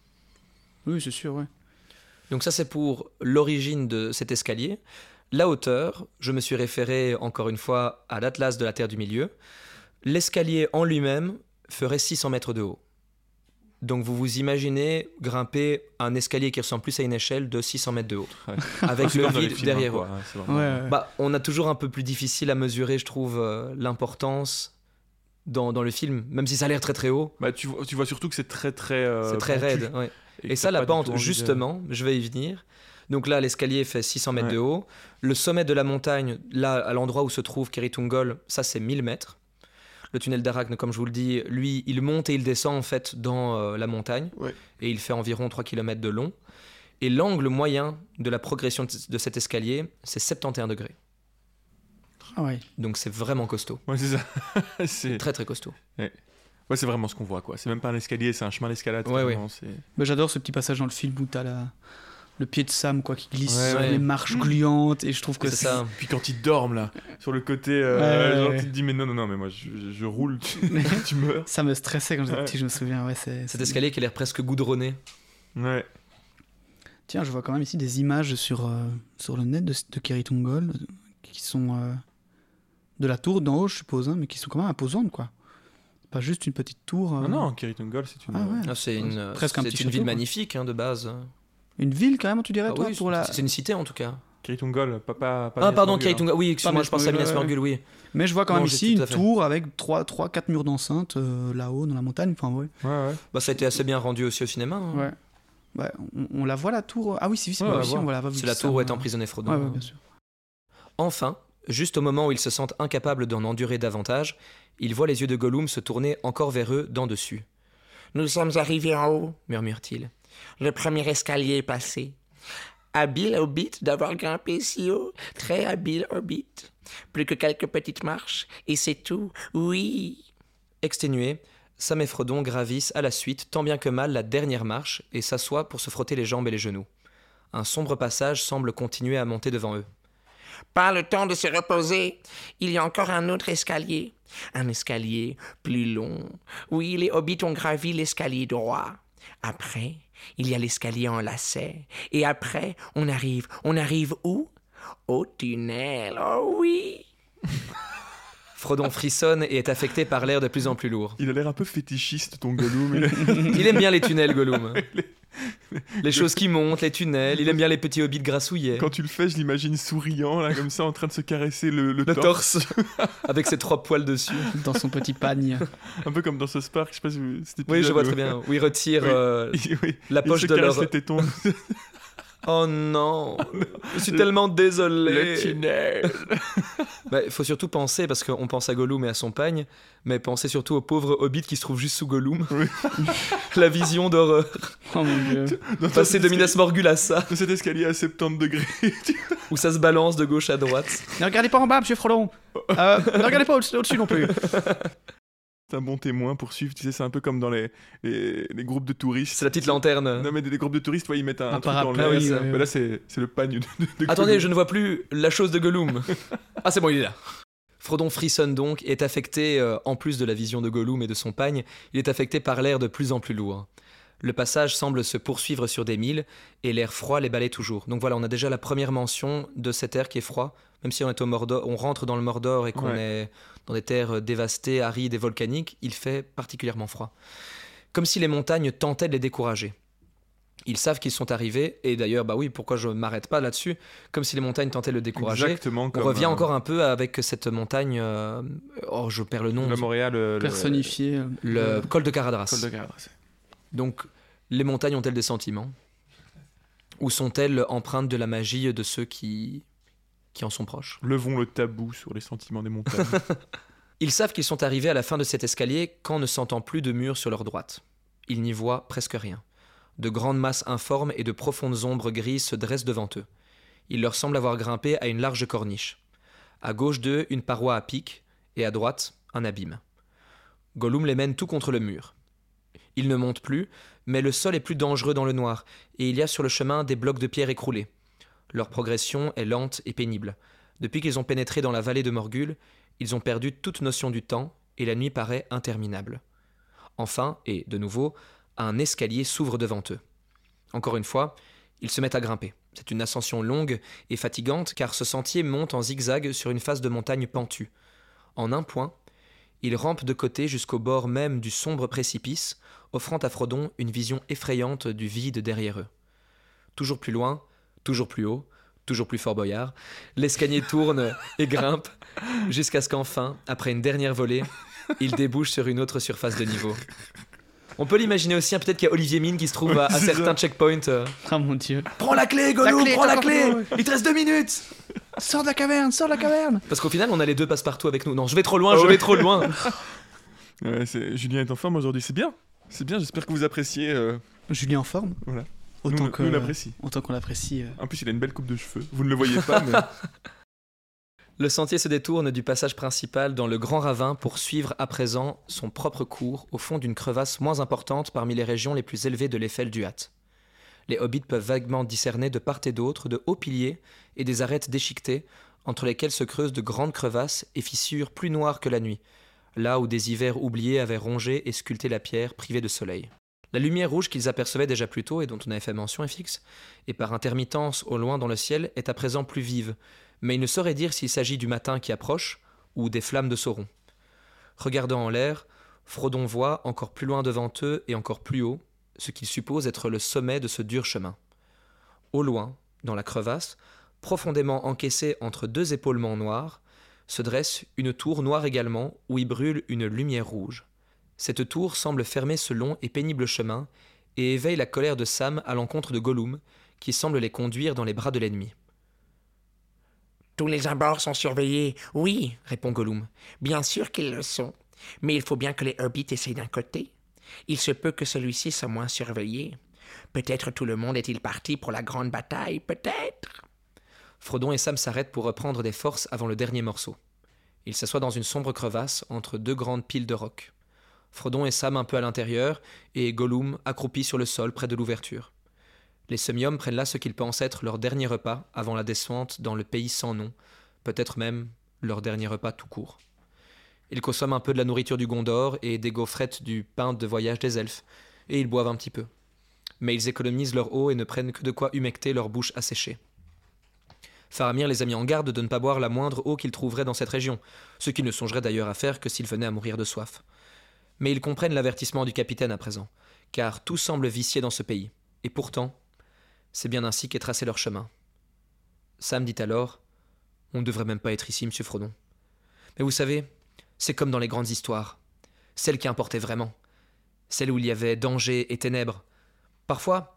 Speaker 3: Oui, c'est sûr, ouais.
Speaker 1: Donc ça, c'est pour l'origine de cet escalier. La hauteur, je me suis référé encore une fois à l'Atlas de la Terre du Milieu. L'escalier en lui-même ferait 600 mètres de haut. Donc vous vous imaginez grimper un escalier qui ressemble plus à une échelle de 600 mètres de haut, avec le vide derrière eux. On a toujours un peu plus difficile à mesurer, je trouve, l'importance dans le film, même si ça a l'air très très haut.
Speaker 2: Tu vois surtout que c'est très très
Speaker 1: c'est très raide, ouais. Et ça, la pente, justement, je vais y venir. Donc là, l'escalier fait 600 mètres de haut. Le sommet de la montagne, là, à l'endroit où se trouve Cirith Ungol, ça, c'est 1000 mètres. Le tunnel d'Arachne, comme je vous le dis, lui, il monte et il descend, en fait, dans la montagne. Ouais. Et il fait environ 3 km de long. Et l'angle moyen de la progression de cet escalier, c'est 71 degrés.
Speaker 3: Ah ouais.
Speaker 1: Donc c'est vraiment costaud.
Speaker 2: Ouais, c'est ça.
Speaker 1: C'est très, très costaud.
Speaker 2: Ouais, c'est vraiment ce qu'on voit, quoi. C'est même pas un escalier, c'est un chemin d'escalade.
Speaker 3: J'adore ce petit passage dans le film où t'as le pied de Sam, quoi, qui glisse sur les marches gluantes, et je trouve que
Speaker 1: c'est ça.
Speaker 2: Puis quand ils dorment là, sur le côté, genre, tu te dis mais non, mais moi je roule, tu meurs.
Speaker 3: Ça me stressait quand j'étais petit, je me souviens.
Speaker 1: Cet escalier qui a l'air presque goudronné.
Speaker 2: Ouais.
Speaker 3: Tiens, je vois quand même ici des images sur le net de Cirith Ungol qui sont de la tour d'en haut, je suppose, mais qui sont quand même imposantes, quoi. Pas juste une petite tour.
Speaker 2: Non, Cirith Ungol, c'est une.
Speaker 1: C'est une ville magnifique, de base.
Speaker 3: Une ville, quand même, tu dirais, toi, pour la.
Speaker 1: C'est une cité, en tout cas.
Speaker 2: Cirith Ungol, pas.
Speaker 1: Pardon, Cirith Ungol. Oui, excuse-moi, je pensais à Minas Morgul, oui.
Speaker 3: Mais je vois quand même ici une tour avec 3-4 murs d'enceinte là-haut dans la montagne. Enfin, ouais.
Speaker 1: Ça a été assez bien rendu aussi au cinéma. Hein.
Speaker 3: Ouais. On la voit, la tour. Ah oui, c'est on la voit.
Speaker 1: C'est la tour où est emprisonné Frodon.
Speaker 3: Ouais, bien sûr.
Speaker 1: Enfin, juste au moment où ils se sentent incapables d'en endurer davantage, ils voient les yeux de Gollum se tourner encore vers eux d'en dessus.
Speaker 5: « Nous sommes arrivés en haut, » murmure-t-il. « Le premier escalier est passé. Habile Hobbit d'avoir grimpé si haut, très habile Hobbit. Plus que quelques petites marches, et c'est tout, oui !»
Speaker 1: Exténués, Sam et Frodon gravissent à la suite tant bien que mal la dernière marche et s'assoient pour se frotter les jambes et les genoux. Un sombre passage semble continuer à monter devant eux.
Speaker 5: Pas le temps de se reposer. Il y a encore un autre escalier. Un escalier plus long. Oui, les hobbits ont gravi l'escalier droit. Après, il y a l'escalier en lacet. Et après, on arrive où? Au tunnel. Oh oui!
Speaker 1: Frodon frissonne et est affecté par l'air de plus en plus lourd.
Speaker 2: Il a l'air un peu fétichiste, ton Gollum.
Speaker 1: Il aime bien les tunnels, Gollum. Les choses qui montent, les tunnels, il aime bien les petits hobbits grassouillets.
Speaker 2: Quand tu le fais, je l'imagine souriant, là, comme ça, en train de se caresser le
Speaker 1: torse. Avec ses 3 poils dessus.
Speaker 3: Dans son petit pagne.
Speaker 2: Un peu comme dans ce Spark, je sais pas si c'était.
Speaker 1: Oui, je vois très bien. Où il retire la poche de leur... Oh non, je suis tellement désolé.
Speaker 2: Le tunnel.
Speaker 1: Il faut surtout penser, parce qu'on pense à Gollum et à son pagne, mais pensez surtout au pauvre Hobbit qui se trouve juste sous Gollum.
Speaker 2: Oui.
Speaker 1: La vision d'horreur.
Speaker 3: Oh mon dieu.
Speaker 1: Passer de Minas Morgul à ça,
Speaker 2: De cet escalier à 70 degrés.
Speaker 1: où ça se balance de gauche à droite.
Speaker 3: Ne regardez pas en bas, monsieur Frodon. Ne regardez pas au-dessus non plus.
Speaker 2: C'est un bon témoin pour suivre, tu sais, c'est un peu comme dans les groupes de touristes.
Speaker 1: C'est la petite lanterne.
Speaker 2: Non mais des groupes de touristes, ouais, ils mettent un truc en
Speaker 3: parapluie,
Speaker 2: l'air.
Speaker 3: oui,
Speaker 2: ça.
Speaker 3: oui,
Speaker 2: Mais
Speaker 3: oui.
Speaker 2: là c'est le pagne de
Speaker 1: Attendez,
Speaker 2: Gollum.
Speaker 1: je ne vois plus la chose de Gollum. Ah, c'est bon, il est là. Frodon frissonne donc et est affecté, en plus de la vision de Gollum et de son pagne, il est affecté par l'air de plus en plus lourd. Le passage semble se poursuivre sur des milles et l'air froid les balaie toujours. Donc voilà, on a déjà la première mention de cet air qui est froid, même si on est au Mordor, on rentre dans le Mordor et qu'on est dans des terres dévastées, arides et volcaniques, il fait particulièrement froid. Comme si les montagnes tentaient de les décourager. Ils savent qu'ils sont arrivés, et d'ailleurs, bah oui, pourquoi je m'arrête pas là-dessus, comme si les montagnes tentaient de le décourager.
Speaker 2: Exactement
Speaker 1: On
Speaker 2: comme
Speaker 1: revient encore un peu avec cette montagne, oh je perds le nom,
Speaker 2: le Montréal,
Speaker 3: Personnifié.
Speaker 1: le col de Caradras.
Speaker 2: Col de Caradras.
Speaker 1: Donc, les montagnes ont-elles des sentiments? Ou sont-elles empreintes de la magie de ceux qui en sont proches?
Speaker 2: Levons le tabou sur les sentiments des montagnes.
Speaker 1: Ils savent qu'ils sont arrivés à la fin de cet escalier quand ne sentant plus de mur sur leur droite. Ils n'y voient presque rien. De grandes masses informes et de profondes ombres grises se dressent devant eux. Il leur semble avoir grimpé à une large corniche. À gauche d'eux, une paroi à pic, et à droite, un abîme. Gollum les mène tout contre le mur. Ils ne montent plus, mais le sol est plus dangereux dans le noir, et il y a sur le chemin des blocs de pierre écroulés. Leur progression est lente et pénible. Depuis qu'ils ont pénétré dans la vallée de Morgul, ils ont perdu toute notion du temps, et la nuit paraît interminable. Enfin, et de nouveau, un escalier s'ouvre devant eux. Encore une fois, ils se mettent à grimper. C'est une ascension longue et fatigante car ce sentier monte en zigzag sur une face de montagne pentue. En un point, ils rampent de côté jusqu'au bord même du sombre précipice, offrant à Frodon une vision effrayante du vide derrière eux. Toujours plus loin, toujours plus haut, toujours plus Fort Boyard, l'escalier tourne et grimpe jusqu'à ce qu'enfin, après une dernière volée, il débouche sur une autre surface de niveau. On peut l'imaginer aussi, hein, peut-être qu'il y a Olivier Mine qui se trouve à certains checkpoints.
Speaker 3: Ah mon dieu.
Speaker 1: Prends la clé, Gollum, prends la
Speaker 3: attends,
Speaker 1: clé.
Speaker 3: attends,
Speaker 1: Il te reste 2 minutes.
Speaker 3: Sors de la caverne, sors de la caverne.
Speaker 1: Parce qu'au final, on a les deux passe-partout avec nous. Non, je vais trop loin, je vais trop loin.
Speaker 2: Ouais, Julien est en forme aujourd'hui, c'est bien. C'est bien, j'espère que vous appréciez.
Speaker 3: Julien en forme.
Speaker 2: Voilà.
Speaker 3: Autant
Speaker 2: Nous l'apprécie.
Speaker 3: Autant qu'on l'apprécie.
Speaker 2: En plus, il a une belle coupe de cheveux. Vous ne le voyez pas, mais.
Speaker 1: Le sentier se détourne du passage principal dans le grand ravin pour suivre à présent son propre cours au fond d'une crevasse moins importante parmi les régions les plus élevées de l'Eiffel du Hatt. Les hobbits peuvent vaguement discerner de part et d'autre de hauts piliers et des arêtes déchiquetées entre lesquelles se creusent de grandes crevasses et fissures plus noires que la nuit, là où des hivers oubliés avaient rongé et sculpté la pierre privée de soleil. La lumière rouge qu'ils apercevaient déjà plus tôt et dont on avait fait mention est fixe, et par intermittence au loin dans le ciel est à présent plus vive, mais il ne saurait dire s'il s'agit du matin qui approche ou des flammes de Sauron. Regardant en l'air, Frodon voit, encore plus loin devant eux et encore plus haut, ce qu'il suppose être le sommet de ce dur chemin. Au loin, dans la crevasse, profondément encaissée entre deux épaulements noirs, se dresse une tour noire également où y brûle une lumière rouge. Cette tour semble fermer ce long et pénible chemin et éveille la colère de Sam à l'encontre de Gollum, qui semble les conduire dans les bras de l'ennemi.
Speaker 5: Tous les abords sont surveillés. Oui, répond Gollum. Bien sûr qu'ils le sont. Mais il faut bien que les hobbits essayent d'un côté. Il se peut que celui-ci soit moins surveillé. Peut-être tout le monde est-il parti pour la grande bataille, peut-être.
Speaker 1: Frodon et Sam s'arrêtent pour reprendre des forces avant le dernier morceau. Ils s'assoient dans une sombre crevasse entre deux grandes piles de rocs. Frodon et Sam un peu à l'intérieur, et Gollum accroupi sur le sol près de l'ouverture. Les semi-hommes prennent là ce qu'ils pensent être leur dernier repas avant la descente dans le pays sans nom, peut-être même leur dernier repas tout court. Ils consomment un peu de la nourriture du Gondor et des gaufrettes du pain de voyage des elfes, et ils boivent un petit peu. Mais ils économisent leur eau et ne prennent que de quoi humecter leur bouche asséchée. Faramir les a mis en garde de ne pas boire la moindre eau qu'ils trouveraient dans cette région, ce qu'ils ne songeraient d'ailleurs à faire que s'ils venaient à mourir de soif. Mais ils comprennent l'avertissement du capitaine à présent, car tout semble vicié dans ce pays, et pourtant, c'est bien ainsi qu'est tracé leur chemin. Sam dit alors « On ne devrait même pas être ici, monsieur Frodon. Mais vous savez, c'est comme dans les grandes histoires, celles qui importaient vraiment, celles où il y avait danger et ténèbres. Parfois,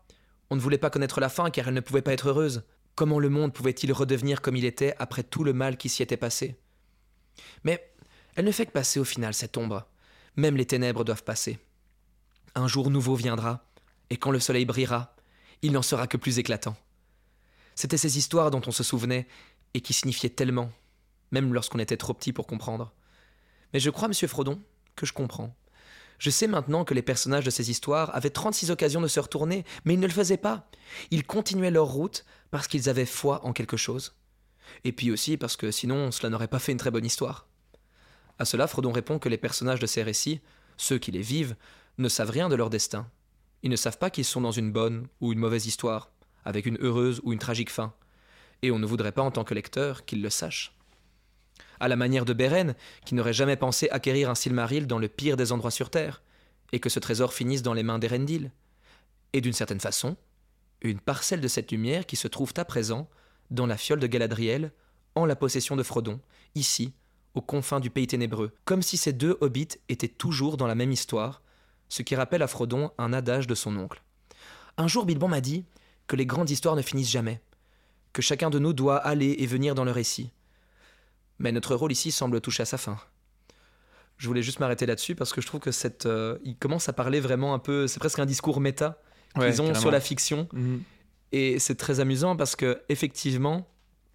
Speaker 1: On ne voulait pas connaître la fin car elle ne pouvait pas être heureuse. Comment le monde pouvait-il redevenir comme il était après tout le mal qui s'y était passé ? Mais elle ne fait que passer au final, cette ombre. Même les ténèbres doivent passer. Un jour nouveau viendra, et quand le soleil brillera, il n'en sera que plus éclatant. C'étaient ces histoires dont on se souvenait et qui signifiaient tellement, même lorsqu'on était trop petit pour comprendre. Mais je crois, monsieur Frodon, que je comprends. Je sais maintenant que les personnages de ces histoires avaient 36 occasions de se retourner, mais ils ne le faisaient pas. Ils continuaient leur route parce qu'ils avaient foi en quelque chose. Et puis aussi parce que sinon, cela n'aurait pas fait une très bonne histoire. À cela, Frodon répond que les personnages de ces récits, ceux qui les vivent, ne savent rien de leur destin. Ils ne savent pas qu'ils sont dans une bonne ou une mauvaise histoire, avec une heureuse ou une tragique fin. Et on ne voudrait pas en tant que lecteur qu'ils le sachent. À la manière de Beren, qui n'aurait jamais pensé acquérir un Silmaril dans le pire des endroits sur Terre, et que ce trésor finisse dans les mains d'Erendil. Et d'une certaine façon, une parcelle de cette lumière qui se trouve à présent dans la fiole de Galadriel, en la possession de Frodon, ici, aux confins du pays ténébreux, comme si ces deux hobbits étaient toujours dans la même histoire, ce qui rappelle à Frodon un adage de son oncle. Un jour, Bilbon m'a dit que les grandes histoires ne finissent jamais, que chacun de nous doit aller et venir dans le récit. Mais notre rôle ici semble toucher à sa fin. Je voulais juste m'arrêter là-dessus parce que je trouve que il commence à parler vraiment un peu, c'est presque un discours méta qu'ils ont
Speaker 2: carrément.
Speaker 1: sur la fiction.
Speaker 2: Mhm.
Speaker 1: Et c'est très amusant parce que effectivement,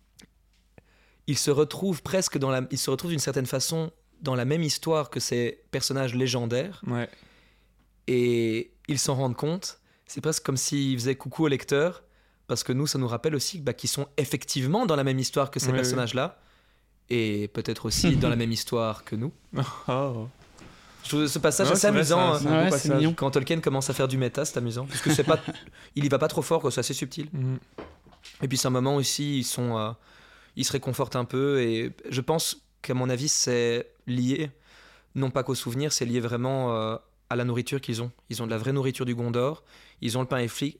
Speaker 1: ils se retrouvent d'une certaine façon dans la même histoire que ces personnages légendaires.
Speaker 2: Ouais.
Speaker 1: Et ils s'en rendent compte. C'est presque comme s'ils faisaient coucou au lecteur, parce que nous, ça nous rappelle aussi qu'ils sont effectivement dans la même histoire que ces
Speaker 2: Ouais,
Speaker 1: personnages-là, et peut-être aussi dans la même histoire que nous.
Speaker 2: Oh.
Speaker 1: Je trouve ce passage
Speaker 2: Ouais,
Speaker 1: assez
Speaker 2: c'est vrai,
Speaker 1: amusant.
Speaker 2: c'est un beau
Speaker 3: Ouais,
Speaker 2: passage.
Speaker 3: c'est mignon.
Speaker 1: Quand Tolkien commence à faire du méta, c'est amusant, parce que c'est pas, il y va pas trop fort, quoi, c'est assez subtil.
Speaker 2: Mhm.
Speaker 1: Et puis c'est un moment aussi, ils se réconfortent un peu, et je pense qu'à mon avis, c'est lié, non pas qu'aux souvenirs, c'est lié vraiment à la nourriture qu'ils ont. Ils ont de la vraie nourriture du Gondor, ils ont le pain elfique,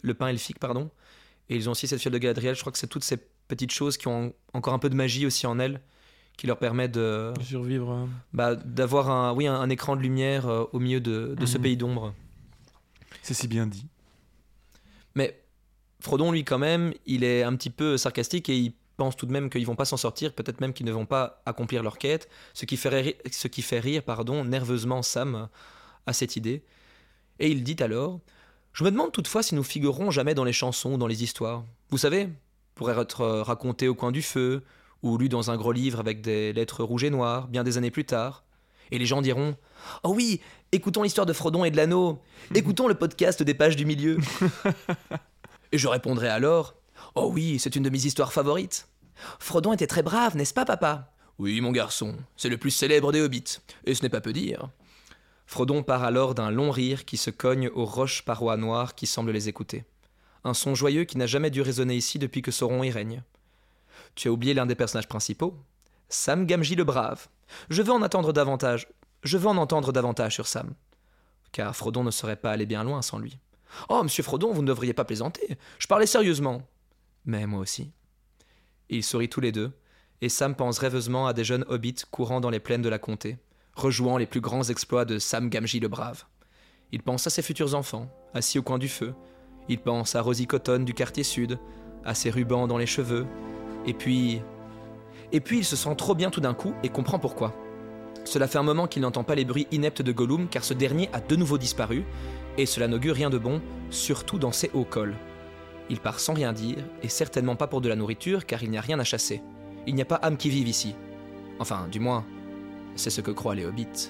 Speaker 1: et ils ont aussi cette fiole de Galadriel. Je crois que c'est toutes ces petites choses qui ont encore un peu de magie aussi en elles, qui leur permet de
Speaker 2: Survivre.
Speaker 1: d'avoir un écran de lumière au milieu de ce pays d'ombre.
Speaker 2: C'est si bien dit.
Speaker 1: Mais Frodon, lui, quand même, il est un petit peu sarcastique et il pense tout de même qu'ils vont pas s'en sortir, peut-être même qu'ils ne vont pas accomplir leur quête, ce qui fait rire nerveusement Sam à cette idée. Et il dit alors: « Je me demande toutefois si nous figurerons jamais dans les chansons ou dans les histoires. Vous savez, pourrait être raconté au coin du feu, ou lu dans un gros livre avec des lettres rouges et noires, bien des années plus tard. Et les gens diront: « Oh oui, écoutons l'histoire de Frodon et de l'anneau, écoutons le podcast des pages du milieu. » Et je répondrai alors: « Oh oui, c'est une de mes histoires favorites. Frodon était très brave, n'est-ce pas, papa ? » « Oui, mon garçon, c'est le plus célèbre des hobbits, et ce n'est pas peu dire. » Frodon part alors d'un long rire qui se cogne aux roches parois noires qui semblent les écouter. Un son joyeux qui n'a jamais dû résonner ici depuis que Sauron y règne. Tu as oublié l'un des personnages principaux, Sam Gamgee le Brave. Je veux en entendre davantage sur Sam. Car Frodon ne serait pas allé bien loin sans lui. Oh, monsieur Frodon, vous ne devriez pas plaisanter. Je parlais sérieusement. Mais moi aussi. Ils sourient tous les deux, et Sam pense rêveusement à des jeunes hobbits courant dans les plaines de la comté, rejouant les plus grands exploits de Sam Gamgee le Brave. Il pense à ses futurs enfants, assis au coin du feu. Il pense à Rosie Cotton du quartier sud, à ses rubans dans les cheveux. Et puis il se sent trop bien tout d'un coup et comprend pourquoi. Cela fait un moment qu'il n'entend pas les bruits ineptes de Gollum, car ce dernier a de nouveau disparu, et cela n'augure rien de bon, surtout dans ses hauts cols. Il part sans rien dire, et certainement pas pour de la nourriture, car il n'y a rien à chasser. Il n'y a pas âme qui vive ici. Enfin, du moins, c'est ce que croient les hobbits.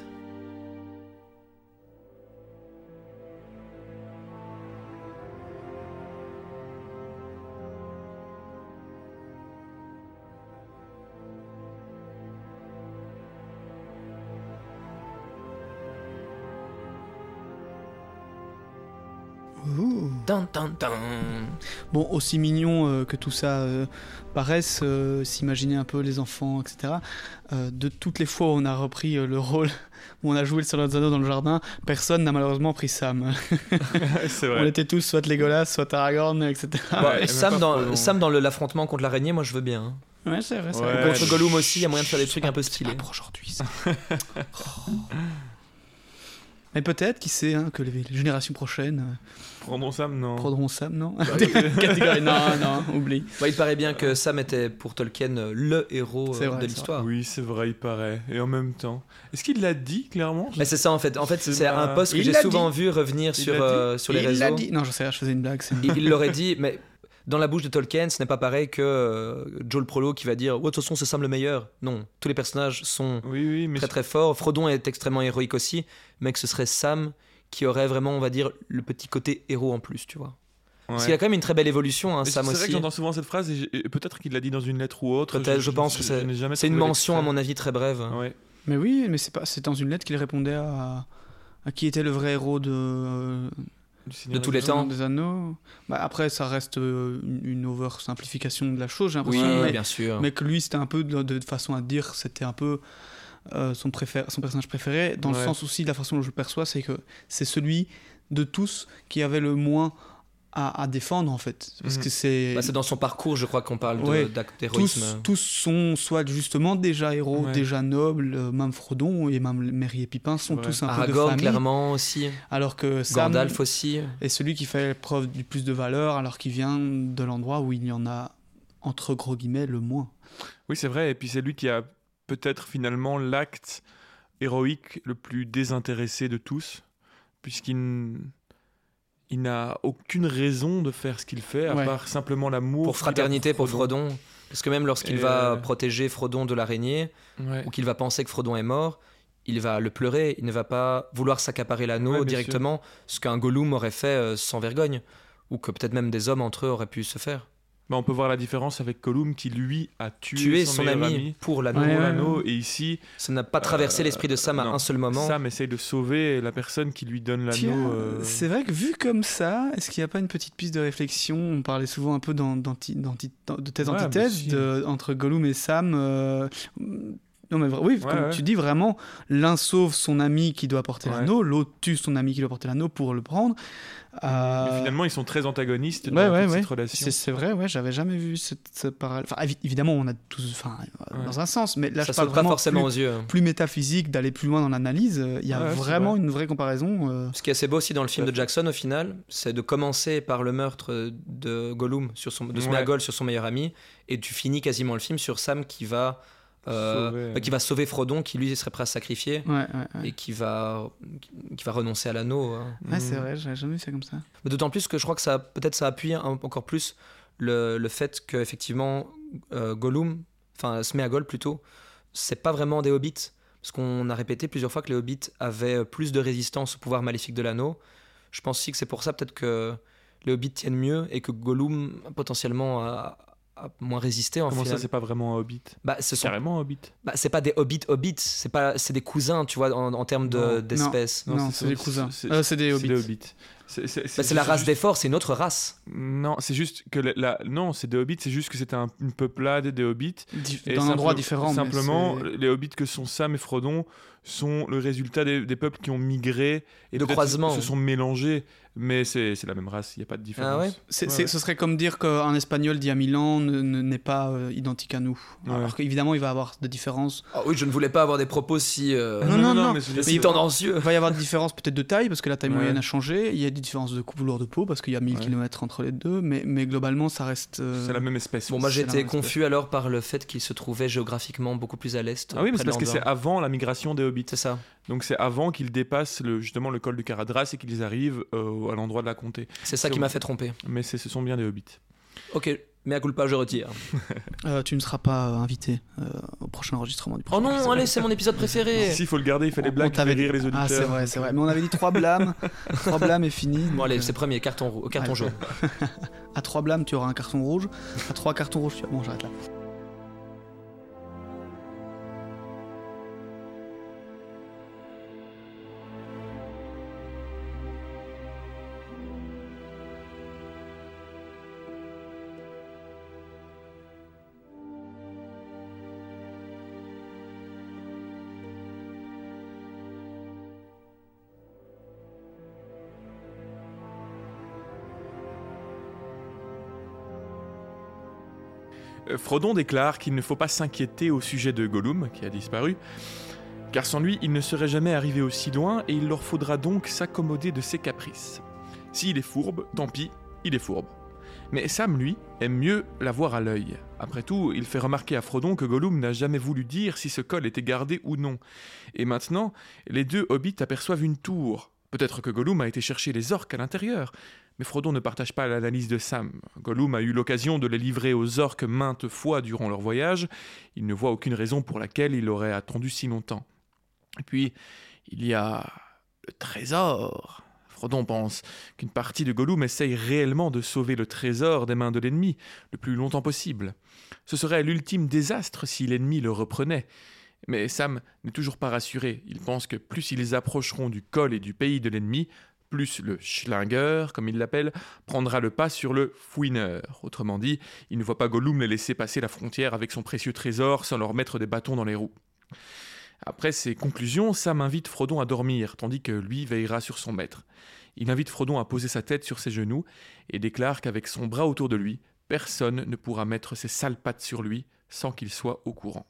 Speaker 3: Ouh.
Speaker 1: Tan, tan, tan.
Speaker 3: Bon, aussi mignon que tout ça paraisse, s'imaginer un peu les enfants, etc. De toutes les fois où on a repris le rôle, où on a joué le Seigneur des Anneaux dans le jardin, personne n'a malheureusement pris Sam.
Speaker 2: C'est
Speaker 3: On
Speaker 2: vrai.
Speaker 3: était tous soit Legolas, soit Aragorn, etc.
Speaker 1: Bon,
Speaker 2: Ouais,
Speaker 1: et
Speaker 2: même
Speaker 1: Sam
Speaker 2: pas
Speaker 1: dans,
Speaker 2: Frodon.
Speaker 1: Sam dans l'affrontement contre l'araignée, moi je veux bien. Hein.
Speaker 3: Ouais, c'est vrai, c'est
Speaker 2: Ouais.
Speaker 3: vrai.
Speaker 1: Contre Gollum aussi, il y a moyen de faire des trucs un peu
Speaker 3: C'est
Speaker 1: stylés.
Speaker 3: pas pour aujourd'hui, ça. Mais peut-être, qui sait, hein, que les générations prochaines
Speaker 2: Prendrons Sam, non.
Speaker 3: prendront Sam, non Catégorie, non, oublie.
Speaker 1: Bah, il paraît bien que Sam était pour Tolkien le héros
Speaker 3: C'est vrai,
Speaker 1: de
Speaker 3: c'est
Speaker 1: l'histoire.
Speaker 2: Oui, c'est vrai, il paraît. Et en même temps... Est-ce qu'il l'a dit, clairement?
Speaker 1: Mais c'est ça en fait. En fait, c'est un post que
Speaker 3: Il
Speaker 1: j'ai
Speaker 3: l'a
Speaker 1: souvent vu revenir
Speaker 2: Il
Speaker 1: sur,
Speaker 2: l'a
Speaker 1: sur les
Speaker 3: Il
Speaker 1: réseaux.
Speaker 3: l'a dit. Non, je sais, je faisais une blague.
Speaker 1: Il l'aurait dit, mais dans la bouche de Tolkien, ce n'est pas pareil que Joe le Prolo qui va dire ouais, de toute façon, c'est Sam le meilleur. Non, tous les personnages sont
Speaker 2: Oui, mais...
Speaker 1: très très forts. Frodon est extrêmement héroïque aussi, mais que ce serait Sam qui aurait vraiment, on va dire, le petit côté héros en plus, tu vois. Parce qu'il y a quand même une très belle évolution, hein,
Speaker 2: Mais
Speaker 1: Sam
Speaker 2: c'est vrai
Speaker 1: aussi.
Speaker 2: que j'entends souvent cette phrase et peut-être qu'il l'a dit dans une lettre ou autre.
Speaker 1: Peut-être, je pense que
Speaker 2: je n'ai jamais
Speaker 1: c'est une
Speaker 2: trouvé
Speaker 1: mention, à
Speaker 2: l'extrait.
Speaker 1: mon avis, très brève.
Speaker 2: Ouais.
Speaker 3: Mais oui, mais c'est dans une lettre qu'il répondait à qui était le vrai héros de
Speaker 1: De tous les temps.
Speaker 3: des Anneaux. Bah, après, ça reste une oversimplification de la chose, j'ai
Speaker 1: Oui,
Speaker 3: l'impression.
Speaker 1: bien sûr.
Speaker 3: Mais que lui, c'était un peu de façon à dire, c'était un peu son personnage préféré, dans le
Speaker 2: Ouais.
Speaker 3: sens aussi de la façon dont je le perçois, c'est que c'est celui de tous qui avait le moins à défendre en fait, parce que c'est
Speaker 1: Bah, c'est dans son parcours, je crois qu'on parle
Speaker 3: Ouais.
Speaker 1: d'acte d'héroïsme.
Speaker 3: tous sont soit justement déjà héros,
Speaker 2: Ouais.
Speaker 3: déjà nobles, même Frodon et même Merry et Pipin sont
Speaker 2: Ouais.
Speaker 3: tous un peu de
Speaker 1: Aragorn,
Speaker 3: famille,
Speaker 1: clairement aussi.
Speaker 3: alors que Sam
Speaker 1: Gandalf aussi.
Speaker 3: est celui qui fait preuve du plus de valeur, alors qu'il vient de l'endroit où il y en a entre gros guillemets le moins.
Speaker 2: Oui, c'est vrai. Et puis c'est lui qui a peut-être finalement l'acte héroïque le plus désintéressé de tous, il n'a aucune raison de faire ce qu'il fait, à
Speaker 3: Ouais.
Speaker 2: part simplement l'amour.
Speaker 1: Pour
Speaker 2: qu'il a
Speaker 1: fraternité, pour Frodon. Parce que même lorsqu'il
Speaker 2: Et
Speaker 1: va protéger Frodon de l'araignée,
Speaker 2: Ouais.
Speaker 1: ou qu'il va penser que Frodon est mort, il va le pleurer, il ne va pas vouloir s'accaparer l'anneau
Speaker 2: Ouais, bien
Speaker 1: directement, ce qu'un Gollum aurait fait sans vergogne, ou que peut-être même des hommes entre eux auraient pu se faire.
Speaker 2: Bah, on peut voir la différence avec Gollum qui lui a tué
Speaker 1: Tuer
Speaker 2: son
Speaker 1: son
Speaker 2: meilleur
Speaker 1: ami pour l'anneau.
Speaker 2: pour
Speaker 3: Ouais,
Speaker 2: l'anneau, et ici
Speaker 1: Ça n'a pas traversé l'esprit de Sam à
Speaker 2: non.
Speaker 1: un seul moment.
Speaker 2: Sam essaye de sauver la personne qui lui donne
Speaker 3: Tiens,
Speaker 2: l'anneau.
Speaker 3: c'est vrai que vu comme ça, est-ce qu'il n'y a pas une petite piste de réflexion? On parlait souvent un peu de thèse
Speaker 2: Ouais,
Speaker 3: antithèse
Speaker 2: mais si.
Speaker 3: entre Gollum et Sam. Non mais oui,
Speaker 2: Ouais,
Speaker 3: comme
Speaker 2: ouais.
Speaker 3: tu dis vraiment, l'un sauve son ami qui doit porter
Speaker 2: Ouais.
Speaker 3: l'anneau, l'autre tue son ami qui doit porter l'anneau pour le prendre.
Speaker 2: Mais finalement, ils sont très antagonistes dans
Speaker 3: ouais,
Speaker 2: toute
Speaker 3: ouais.
Speaker 2: cette relation.
Speaker 3: C'est vrai, ouais, j'avais jamais vu ce parallèle. Enfin, évidemment, on a tous,
Speaker 2: Ouais.
Speaker 3: dans un sens, mais là
Speaker 1: Ça
Speaker 3: je parle
Speaker 1: saute pas
Speaker 3: vraiment
Speaker 1: forcément
Speaker 3: plus,
Speaker 1: aux yeux.
Speaker 3: plus métaphysique, d'aller plus loin dans l'analyse. Il y a
Speaker 2: Ouais, c'est
Speaker 3: vraiment
Speaker 2: vrai.
Speaker 3: une vraie comparaison.
Speaker 1: Ce qui est assez beau aussi dans le film de Jackson, au final, c'est de commencer par le meurtre de Gollum, de Sméagol sur son meilleur ami, et tu finis quasiment le film sur Sam qui va sauver Frodon, qui lui serait prêt à se sacrifier,
Speaker 3: Ouais.
Speaker 1: et qui va renoncer à l'anneau. Hein.
Speaker 3: Ouais, c'est vrai, j'avais jamais vu ça comme ça.
Speaker 1: Mais d'autant plus que je crois que ça appuie encore plus le fait qu'effectivement Gollum, enfin Sméagol plutôt, c'est pas vraiment des hobbits. Parce qu'on a répété plusieurs fois que les hobbits avaient plus de résistance au pouvoir maléfique de l'anneau. Je pense aussi que c'est pour ça peut-être que les hobbits tiennent mieux et que Gollum potentiellement a moins résisté en
Speaker 2: Comment
Speaker 1: final.
Speaker 2: ça, c'est pas vraiment un hobbit?
Speaker 1: Bah, ce sont
Speaker 2: Carrément un hobbit.
Speaker 1: c'est pas des hobbits, c'est des cousins, tu vois, en termes
Speaker 2: Non.
Speaker 1: d'espèces.
Speaker 3: Non, c'est des cousins. C'est des
Speaker 2: C'est
Speaker 3: hobbits.
Speaker 2: des hobbits.
Speaker 1: C'est la race
Speaker 2: juste-
Speaker 1: des forts, c'est une autre race.
Speaker 2: Non, c'est juste que non, c'est des hobbits, c'est juste que c'était une peuplade des hobbits. Et
Speaker 3: D'un endroit
Speaker 2: simple-
Speaker 3: différent. mais
Speaker 2: Simplement,
Speaker 3: c'est-
Speaker 2: les hobbits que sont Sam et Frodon sont le résultat des peuples qui ont migré et
Speaker 1: De
Speaker 2: peut-être
Speaker 1: croisement.
Speaker 2: se sont mélangés, mais c'est la même race, il n'y a pas de différence.
Speaker 1: Ah ouais
Speaker 2: Ouais.
Speaker 3: Ce serait comme dire qu'un espagnol d'il y a 1000 ans n'est pas identique à nous.
Speaker 2: Ouais.
Speaker 3: Alors qu'évidemment, il va y avoir des différences.
Speaker 1: Ah oui, je ne voulais pas avoir des propos si
Speaker 3: Non,
Speaker 2: mais c'est
Speaker 1: si tendancieux.
Speaker 3: Il va y avoir des différences peut-être de taille, parce que la taille
Speaker 2: Ouais.
Speaker 3: moyenne a changé. Il y a des différences de couleur de peau, parce qu'il y a 1000
Speaker 2: Ouais.
Speaker 3: km entre les deux. Mais globalement, ça reste.
Speaker 2: C'est la même espèce.
Speaker 1: Bon, moi
Speaker 3: C'est la
Speaker 1: j'étais
Speaker 3: même
Speaker 1: confus alors par le fait qu'il se trouvait géographiquement beaucoup plus à l'est.
Speaker 2: Ah oui, mais
Speaker 1: près
Speaker 2: c'est
Speaker 1: de
Speaker 2: parce que c'est
Speaker 1: Landor.
Speaker 2: avant la migration des hobbits.
Speaker 1: C'est ça.
Speaker 2: Donc c'est avant qu'ils dépassent justement le col du Caradras et qu'ils arrivent à l'endroit de la comté.
Speaker 1: C'est ça qui m'a fait tromper.
Speaker 2: Mais ce sont bien des hobbits.
Speaker 1: Ok, mais à culpa, je retire.
Speaker 3: Tu ne seras pas invité au prochain enregistrement du
Speaker 1: Oh
Speaker 3: prochain
Speaker 1: non,
Speaker 3: épisode.
Speaker 1: allez, c'est mon épisode préféré.
Speaker 2: Si, il faut le garder, il fait des
Speaker 3: On
Speaker 2: blagues, il fait
Speaker 3: t'avait
Speaker 2: rire
Speaker 3: dit-
Speaker 2: les auditeurs.
Speaker 3: Ah, c'est vrai. Mais on avait dit 3 blâmes. 3 blâmes et fini.
Speaker 1: Bon,
Speaker 3: donc,
Speaker 1: allez, c'est premier, carton
Speaker 3: allez.
Speaker 1: jaune.
Speaker 3: À 3 blâmes, tu auras un carton rouge. À 3 cartons rouges, tu... Bon, j'arrête là.
Speaker 2: Frodon déclare qu'il ne faut pas s'inquiéter au sujet de Gollum, qui a disparu, car sans lui, ils ne seraient jamais arrivés aussi loin et il leur faudra donc s'accommoder de ses caprices. S'il est fourbe, tant pis, il est fourbe. Mais Sam, lui, aime mieux la voir à l'œil. Après tout, il fait remarquer à Frodon que Gollum n'a jamais voulu dire si ce col était gardé ou non. Et maintenant, les deux hobbits aperçoivent une tour. Peut-être que Gollum a été chercher les orques à l'intérieur. Mais Frodon ne partage pas l'analyse de Sam. Gollum a eu l'occasion de les livrer aux orques maintes fois durant leur voyage. Il ne voit aucune raison pour laquelle il aurait attendu si longtemps. Et puis, il y a le trésor. Frodon pense qu'une partie de Gollum essaye réellement de sauver le trésor des mains de l'ennemi le plus longtemps possible. Ce serait l'ultime désastre si l'ennemi le reprenait. Mais Sam n'est toujours pas rassuré. Il pense que plus ils approcheront du col et du pays de l'ennemi, plus le Schlinger, comme il l'appelle, prendra le pas sur le fouineur. Autrement dit, il ne voit pas Gollum les laisser passer la frontière avec son précieux trésor sans leur mettre des bâtons dans les roues. Après ces conclusions, Sam invite Frodon à dormir, tandis que lui veillera sur son maître. Il invite Frodon à poser sa tête sur ses genoux et déclare qu'avec son bras autour de lui, personne ne pourra mettre ses sales pattes sur lui sans qu'il soit au courant.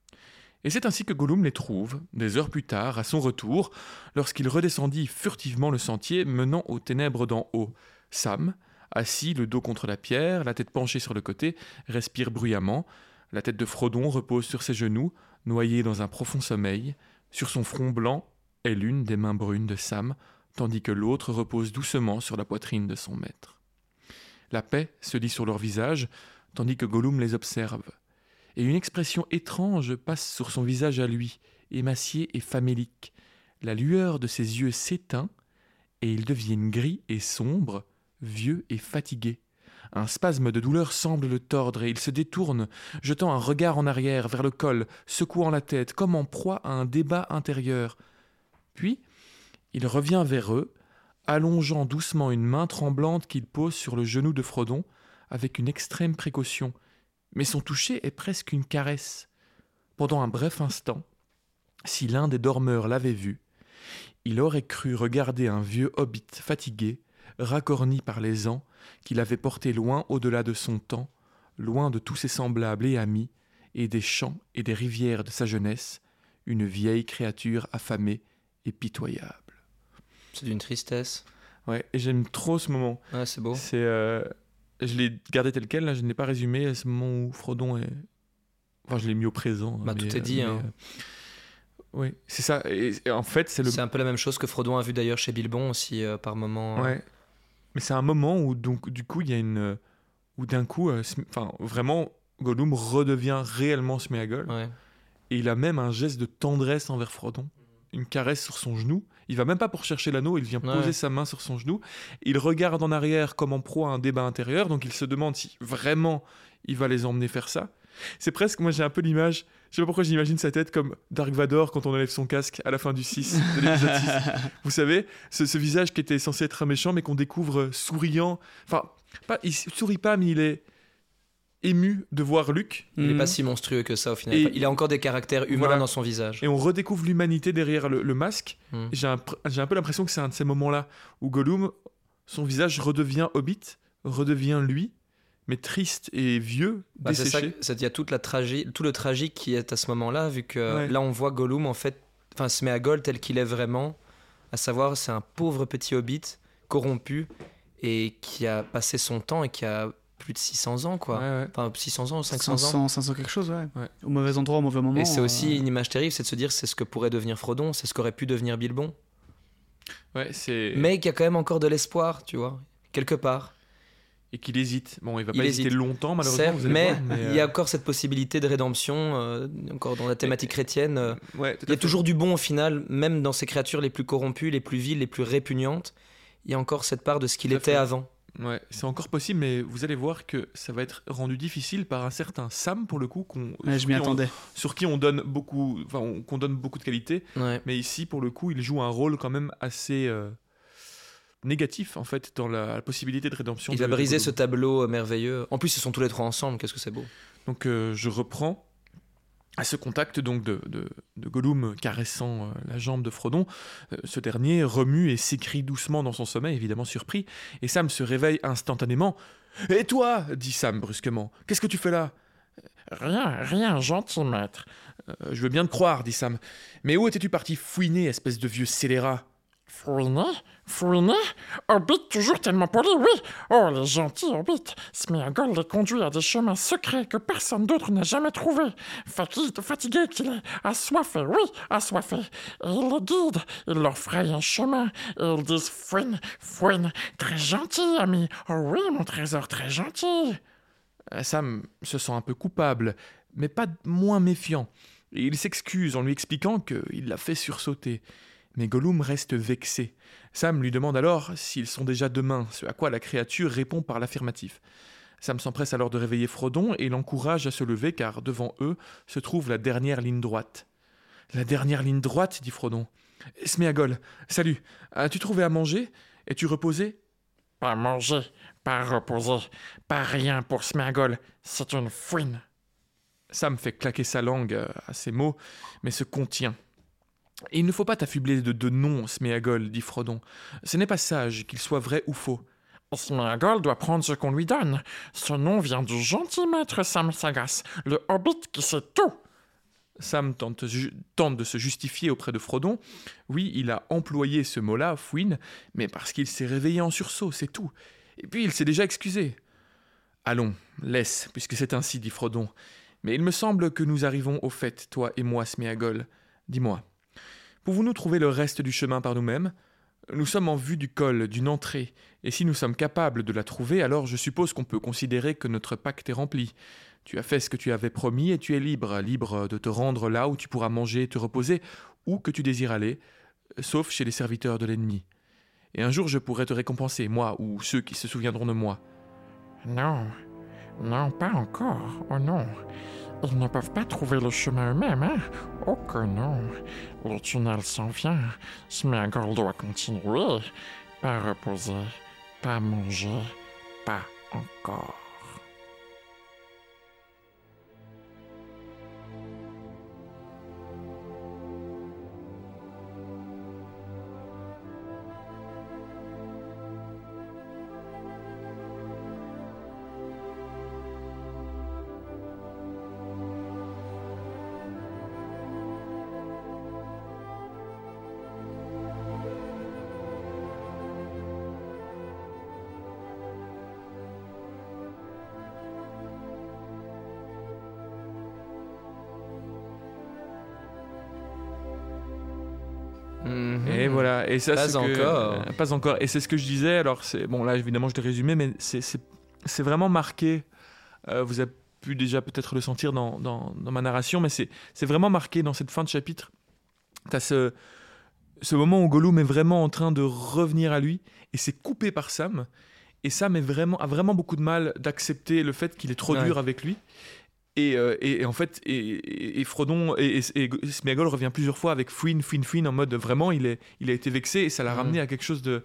Speaker 2: Et c'est ainsi que Gollum les trouve, des heures plus tard, à son retour, lorsqu'il redescendit furtivement le sentier menant aux ténèbres d'en haut. Sam, assis, le dos contre la pierre, la tête penchée sur le côté, respire bruyamment. La tête de Frodon repose sur ses genoux, noyée dans un profond sommeil. Sur son front blanc est l'une des mains brunes de Sam, tandis que l'autre repose doucement sur la poitrine de son maître. La paix se lit sur leurs visages, tandis que Gollum les observe. Et une expression étrange passe sur son visage à lui, émacié et famélique. La lueur de ses yeux s'éteint, et ils deviennent gris et sombres, vieux et fatigués. Un spasme de douleur semble le tordre et il se détourne, jetant un regard en arrière vers le col, secouant la tête, comme en proie à un débat intérieur. Puis, il revient vers eux, allongeant doucement une main tremblante qu'il pose sur le genou de Frodon, avec une extrême précaution. Mais son toucher est presque une caresse. Pendant un bref instant, si l'un des dormeurs l'avait vu, il aurait cru regarder un vieux hobbit fatigué, racorni par les ans, qu'il avait porté loin au-delà de son temps, loin de tous ses semblables et amis, et des champs et des rivières de sa jeunesse, une vieille créature affamée et pitoyable.
Speaker 1: C'est d'une tristesse.
Speaker 2: Ouais, et j'aime trop ce moment.
Speaker 1: Ouais, c'est beau.
Speaker 2: Je l'ai gardé tel quel, là, je ne l'ai pas résumé, à ce moment où Frodon est... Enfin, je l'ai mis au présent.
Speaker 1: Bah, tout est dit.
Speaker 2: Oui, c'est ça. Et en fait,
Speaker 1: c'est un peu la même chose que Frodon a vu d'ailleurs chez Bilbon aussi, par moment.
Speaker 2: Ouais. Mais c'est un moment où, donc, du coup, il y a une... Où d'un coup, vraiment, Gollum redevient réellement Sméagol.
Speaker 1: Ouais.
Speaker 2: Et il a même un geste de tendresse envers Frodon. Une caresse sur son genou. Il va même pas pour chercher l'anneau, il vient poser sa main sur son genou. Il regarde en arrière comme en proie à un débat intérieur, donc il se demande si vraiment il va les emmener faire ça. C'est presque, moi j'ai un peu l'image, je sais pas pourquoi j'imagine sa tête comme Dark Vador quand on enlève son casque à la fin du 6, de l'épisode 6. Vous savez, ce visage qui était censé être un méchant, mais qu'on découvre souriant. Enfin, il sourit pas, mais il est ému de voir Luke.
Speaker 1: Il n'est pas si monstrueux que ça au final. Il a encore des caractères humains dans son visage.
Speaker 2: Et on redécouvre l'humanité derrière le masque. J'ai un peu l'impression que c'est un de ces moments-là où Gollum, son visage redevient hobbit, redevient lui, mais triste et vieux, desséché.
Speaker 1: C'est ça, il y a tout le tragique qui est à ce moment-là, vu que là on voit Gollum en fait, Sméagol tel qu'il est vraiment, à savoir c'est un pauvre petit hobbit corrompu et qui a passé son temps et qui a plus de 600 ans, quoi.
Speaker 2: Ouais.
Speaker 1: Enfin, 600 ans, 500 ans.
Speaker 3: 500 quelque chose, ouais. Au mauvais endroit, au mauvais moment.
Speaker 1: Et c'est aussi une image terrible, c'est de se dire c'est ce que pourrait devenir Frodon, c'est ce qu'aurait pu devenir Bilbon.
Speaker 2: Ouais, c'est...
Speaker 1: Mais qu'il y a quand même encore de l'espoir, tu vois, quelque part.
Speaker 2: Et qu'il hésite. Bon, il va pas hésiter longtemps, malheureusement.
Speaker 1: Certes, mais il y a encore cette possibilité de rédemption, encore dans la thématique chrétienne. Il y a toujours du bon au final, même dans ces créatures les plus corrompues, les plus viles, les plus répugnantes. Il y a encore cette part de ce qu'il était avant.
Speaker 2: Ouais, c'est encore possible, mais vous allez voir que ça va être rendu difficile par un certain Sam, pour le coup,
Speaker 3: je m'y attendais.
Speaker 2: Sur qui on donne beaucoup, qu'on donne beaucoup de qualité.
Speaker 1: Ouais.
Speaker 2: Mais ici, pour le coup, il joue un rôle quand même assez négatif, en fait, dans la possibilité de rédemption.
Speaker 1: Il va briser ce tableau merveilleux. En plus, ils sont tous les trois ensemble, qu'est-ce que c'est beau.
Speaker 2: Donc, je reprends à ce contact donc de Gollum caressant la jambe de Frodon. Ce dernier remue et s'écrie doucement dans son sommeil, évidemment surpris, et Sam se réveille instantanément. « Et toi » dit Sam brusquement, « qu'est-ce que tu fais là ?»«
Speaker 6: Rien, gentil maître.
Speaker 2: Je veux bien te croire, dit Sam. Mais où étais-tu parti fouiner, espèce de vieux scélérat ?
Speaker 4: Fouiner? Hobbit toujours tellement poli, oui. Oh, les gentils Hobbit. Sméagol les conduit à des chemins secrets que personne d'autre n'a jamais trouvés. Fatigué qu'il est, assoiffé, et il les guide, il leur fraye un chemin, et ils disent fouine, très gentil, ami. Oh oui, mon trésor, très gentil.
Speaker 2: Sam se sent un peu coupable, mais pas moins méfiant. Et il s'excuse en lui expliquant qu'il l'a fait sursauter. Mais Gollum reste vexé. Sam lui demande alors s'ils sont déjà demain, ce à quoi la créature répond par l'affirmatif. Sam s'empresse alors de réveiller Frodon et l'encourage à se lever car devant eux se trouve la dernière ligne droite. « La dernière ligne droite » dit Frodon. « Sméagol, salut, as-tu trouvé à manger ? Es-tu reposé ?»«
Speaker 4: Pas manger, pas reposer, pas rien pour Sméagol, c'est une fouine. »
Speaker 2: Sam fait claquer sa langue à ces mots, mais se contient. « Il ne faut pas t'affubler de noms, Sméagol, dit Frodon. Ce n'est pas sage, qu'il soit vrai ou faux. »
Speaker 4: Sméagol doit prendre ce qu'on lui donne. Ce nom vient du gentil maître Sam Sagas, le hobbit qui sait tout.
Speaker 2: Sam tente de se justifier auprès de Frodon. Oui, il a employé ce mot-là, fouine, mais parce qu'il s'est réveillé en sursaut, c'est tout. Et puis il s'est déjà excusé. « Allons, laisse, puisque c'est ainsi, dit Frodon. Mais il me semble que nous arrivons au fait, toi et moi, Sméagol. Dis-moi. Pouvons-nous trouver le reste du chemin par nous-mêmes ? Nous sommes en vue du col, d'une entrée, et si nous sommes capables de la trouver, alors je suppose qu'on peut considérer que notre pacte est rempli. Tu as fait ce que tu avais promis et tu es libre de te rendre là où tu pourras manger et te reposer, où que tu désires aller, sauf chez les serviteurs de l'ennemi. Et un jour je pourrai te récompenser, moi ou ceux qui se souviendront de moi. »
Speaker 4: Non, pas encore, oh non. Ils ne peuvent pas trouver le chemin eux-mêmes, hein? Oh que non. Le tunnel s'en vient. Sméagol doit continuer. Pas reposer, pas manger, pas encore.
Speaker 2: Et voilà, et ça
Speaker 1: Pas encore.
Speaker 2: Pas encore. Et c'est ce que je disais. Alors bon, là évidemment je l'ai résumé, mais c'est vraiment marqué. Vous avez pu déjà peut-être le sentir dans ma narration, mais c'est vraiment marqué dans cette fin de chapitre. T'as ce moment où Gollum est vraiment en train de revenir à lui, et c'est coupé par Sam. Et Sam a vraiment beaucoup de mal d'accepter le fait qu'il est trop dur avec lui. Et en fait, Frodon et Sméagol revient plusieurs fois avec fouine en mode vraiment il a été vexé et ça l'a ramené à quelque chose de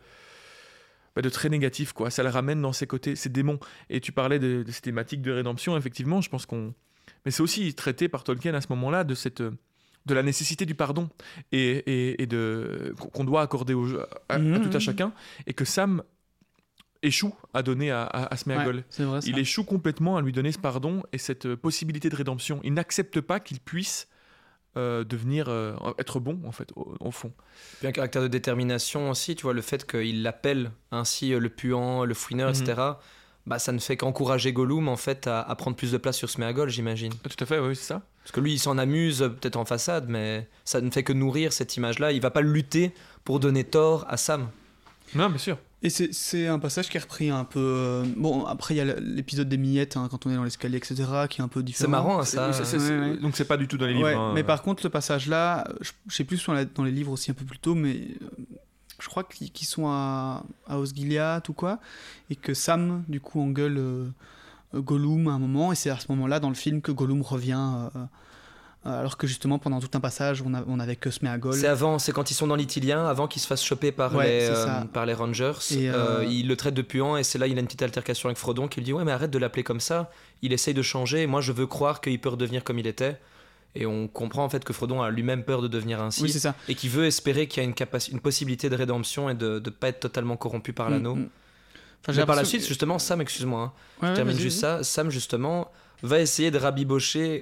Speaker 2: très négatif, quoi. Ça le ramène dans ses côtés, ses démons. Et tu parlais de ces thématiques de rédemption, effectivement, je pense mais c'est aussi traité par Tolkien à ce moment-là de la nécessité du pardon et qu'on doit accorder à tout à chacun, et que Sam échoue à donner à Sméagol.
Speaker 3: Ouais, c'est vrai, ça.
Speaker 2: Il échoue complètement à lui donner ce pardon et cette possibilité de rédemption. Il n'accepte pas qu'il puisse devenir être bon, en fait, au fond.
Speaker 1: Puis un caractère de détermination aussi, tu vois, le fait qu'il l'appelle ainsi le puant, le fouineur, etc., bah, ça ne fait qu'encourager Gollum, en fait, à prendre plus de place sur Sméagol, j'imagine.
Speaker 2: Tout à fait, oui, c'est ça.
Speaker 1: Parce que lui, il s'en amuse, peut-être en façade, mais ça ne fait que nourrir cette image-là. Il va pas lutter pour donner tort à Sam.
Speaker 2: Non, bien sûr.
Speaker 3: Et c'est un passage qui est repris un peu... Bon, après, il y a l'épisode des miettes, hein, quand on est dans l'escalier, etc., qui est un peu différent.
Speaker 1: C'est marrant, ça.
Speaker 3: Ouais.
Speaker 2: Donc, c'est pas du tout dans les livres.
Speaker 3: Ouais,
Speaker 2: hein.
Speaker 3: Mais par contre, le passage-là, je sais plus si dans les livres aussi un peu plus tôt, mais je crois qu'ils sont à Osgiliath ou quoi, et que Sam, du coup, engueule Gollum à un moment, et c'est à ce moment-là, dans le film, que Gollum revient... alors que justement pendant tout un passage on avait que Sméagol.
Speaker 1: C'est quand ils sont dans l'Itilien, avant qu'ils se fassent choper par les Rangers, et il le traite de puant, et c'est là il a une petite altercation avec Frodon qui lui dit ouais mais arrête de l'appeler comme ça, il essaye de changer et moi je veux croire qu'il peut redevenir comme il était, et on comprend en fait que Frodon a lui-même peur de devenir ainsi,
Speaker 3: oui, c'est ça.
Speaker 1: Et qu'il veut espérer qu'il y a une possibilité de rédemption et de ne pas être totalement corrompu par l'anneau. Enfin, par la suite justement Sam, excuse-moi, je termine juste ça, Sam justement va essayer de rabibocher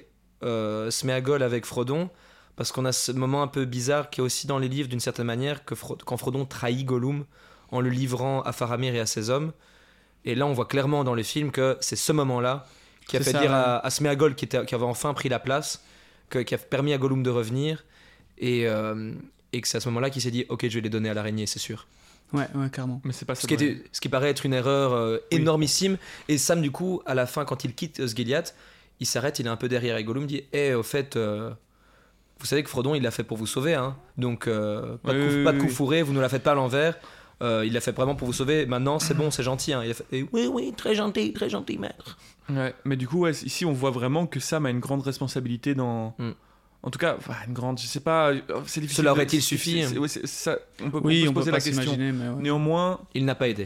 Speaker 1: Sméagol avec Frodon, parce qu'on a ce moment un peu bizarre qui est aussi dans les livres d'une certaine manière, quand Frodon trahit Gollum en le livrant à Faramir et à ses hommes. Et là, on voit clairement dans le film que c'est ce moment-là qui a fait dire à Sméagol, qui avait enfin pris la place, qui a permis à Gollum de revenir, et que c'est à ce moment-là qu'il s'est dit « Ok, je vais les donner à l'araignée, c'est sûr ».
Speaker 3: Ouais, carrément.
Speaker 2: Mais c'est pas ça.
Speaker 1: Ce qui paraît être une erreur énormissime. Et Sam, du coup, à la fin, quand il quitte Osgiliath, il s'arrête, il est un peu derrière et Gollum dit « au fait, vous savez que Frodon, il l'a fait pour vous sauver, hein. Donc pas de coup fourré, vous ne la faites pas à l'envers. Il l'a fait vraiment pour vous sauver. Maintenant, c'est bon, c'est gentil. Hein. » Oui, très gentil, maître.
Speaker 2: Ouais, mais du coup, ici, on voit vraiment que Sam a une grande responsabilité dans... En tout cas, une grande, je sais pas, c'est difficile.
Speaker 1: Cela aurait-il suffi
Speaker 2: ça, on peut
Speaker 3: se
Speaker 2: poser la question.
Speaker 3: Mais
Speaker 2: Néanmoins,
Speaker 1: il n'a pas aidé.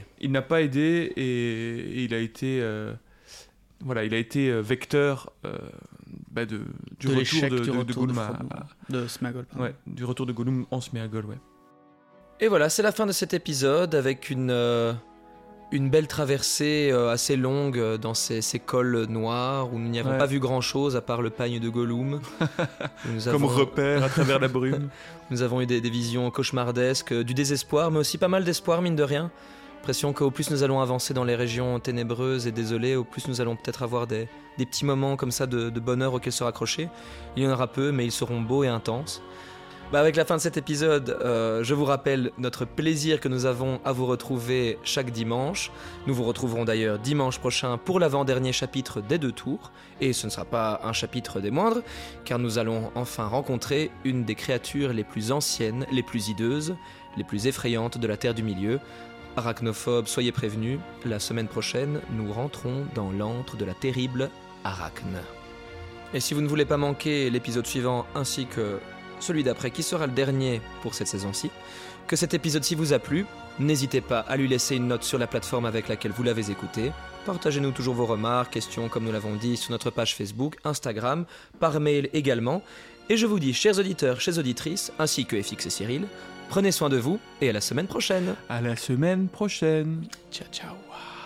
Speaker 2: Et il a été, il a été vecteur du retour de Gollum
Speaker 3: de Sméagol.
Speaker 2: Ouais, du retour de Gollum en Sméagol, ouais.
Speaker 1: Et voilà, c'est la fin de cet épisode avec une belle traversée assez longue dans ces cols noirs où nous n'y avons pas vu grand-chose à part le pagne de Gollum.
Speaker 2: Comme repère à travers la brume.
Speaker 1: Nous avons eu des visions cauchemardesques, du désespoir, mais aussi pas mal d'espoir, mine de rien. L'impression qu'au plus nous allons avancer dans les régions ténébreuses et désolées, au plus nous allons peut-être avoir des petits moments comme ça de bonheur auxquels se raccrocher. Il y en aura peu, mais ils seront beaux et intenses. Avec la fin de cet épisode, je vous rappelle notre plaisir que nous avons à vous retrouver chaque dimanche. Nous vous retrouverons d'ailleurs dimanche prochain pour l'avant-dernier chapitre des 2 tours. Et ce ne sera pas un chapitre des moindres, car nous allons enfin rencontrer une des créatures les plus anciennes, les plus hideuses, les plus effrayantes de la Terre du Milieu. Arachnophobes, soyez prévenus, la semaine prochaine, nous rentrons dans l'antre de la terrible Arachne. Et si vous ne voulez pas manquer l'épisode suivant ainsi que celui d'après qui sera le dernier pour cette saison-ci, que cet épisode-ci vous a plu, n'hésitez pas à lui laisser une note sur la plateforme avec laquelle vous l'avez écouté. Partagez-nous toujours vos remarques, questions, comme nous l'avons dit, sur notre page Facebook, Instagram, par mail également. Et je vous dis, chers auditeurs, chères auditrices, ainsi que FX et Cyril, prenez soin de vous et à la semaine prochaine.
Speaker 2: À la semaine prochaine.
Speaker 1: Ciao, ciao.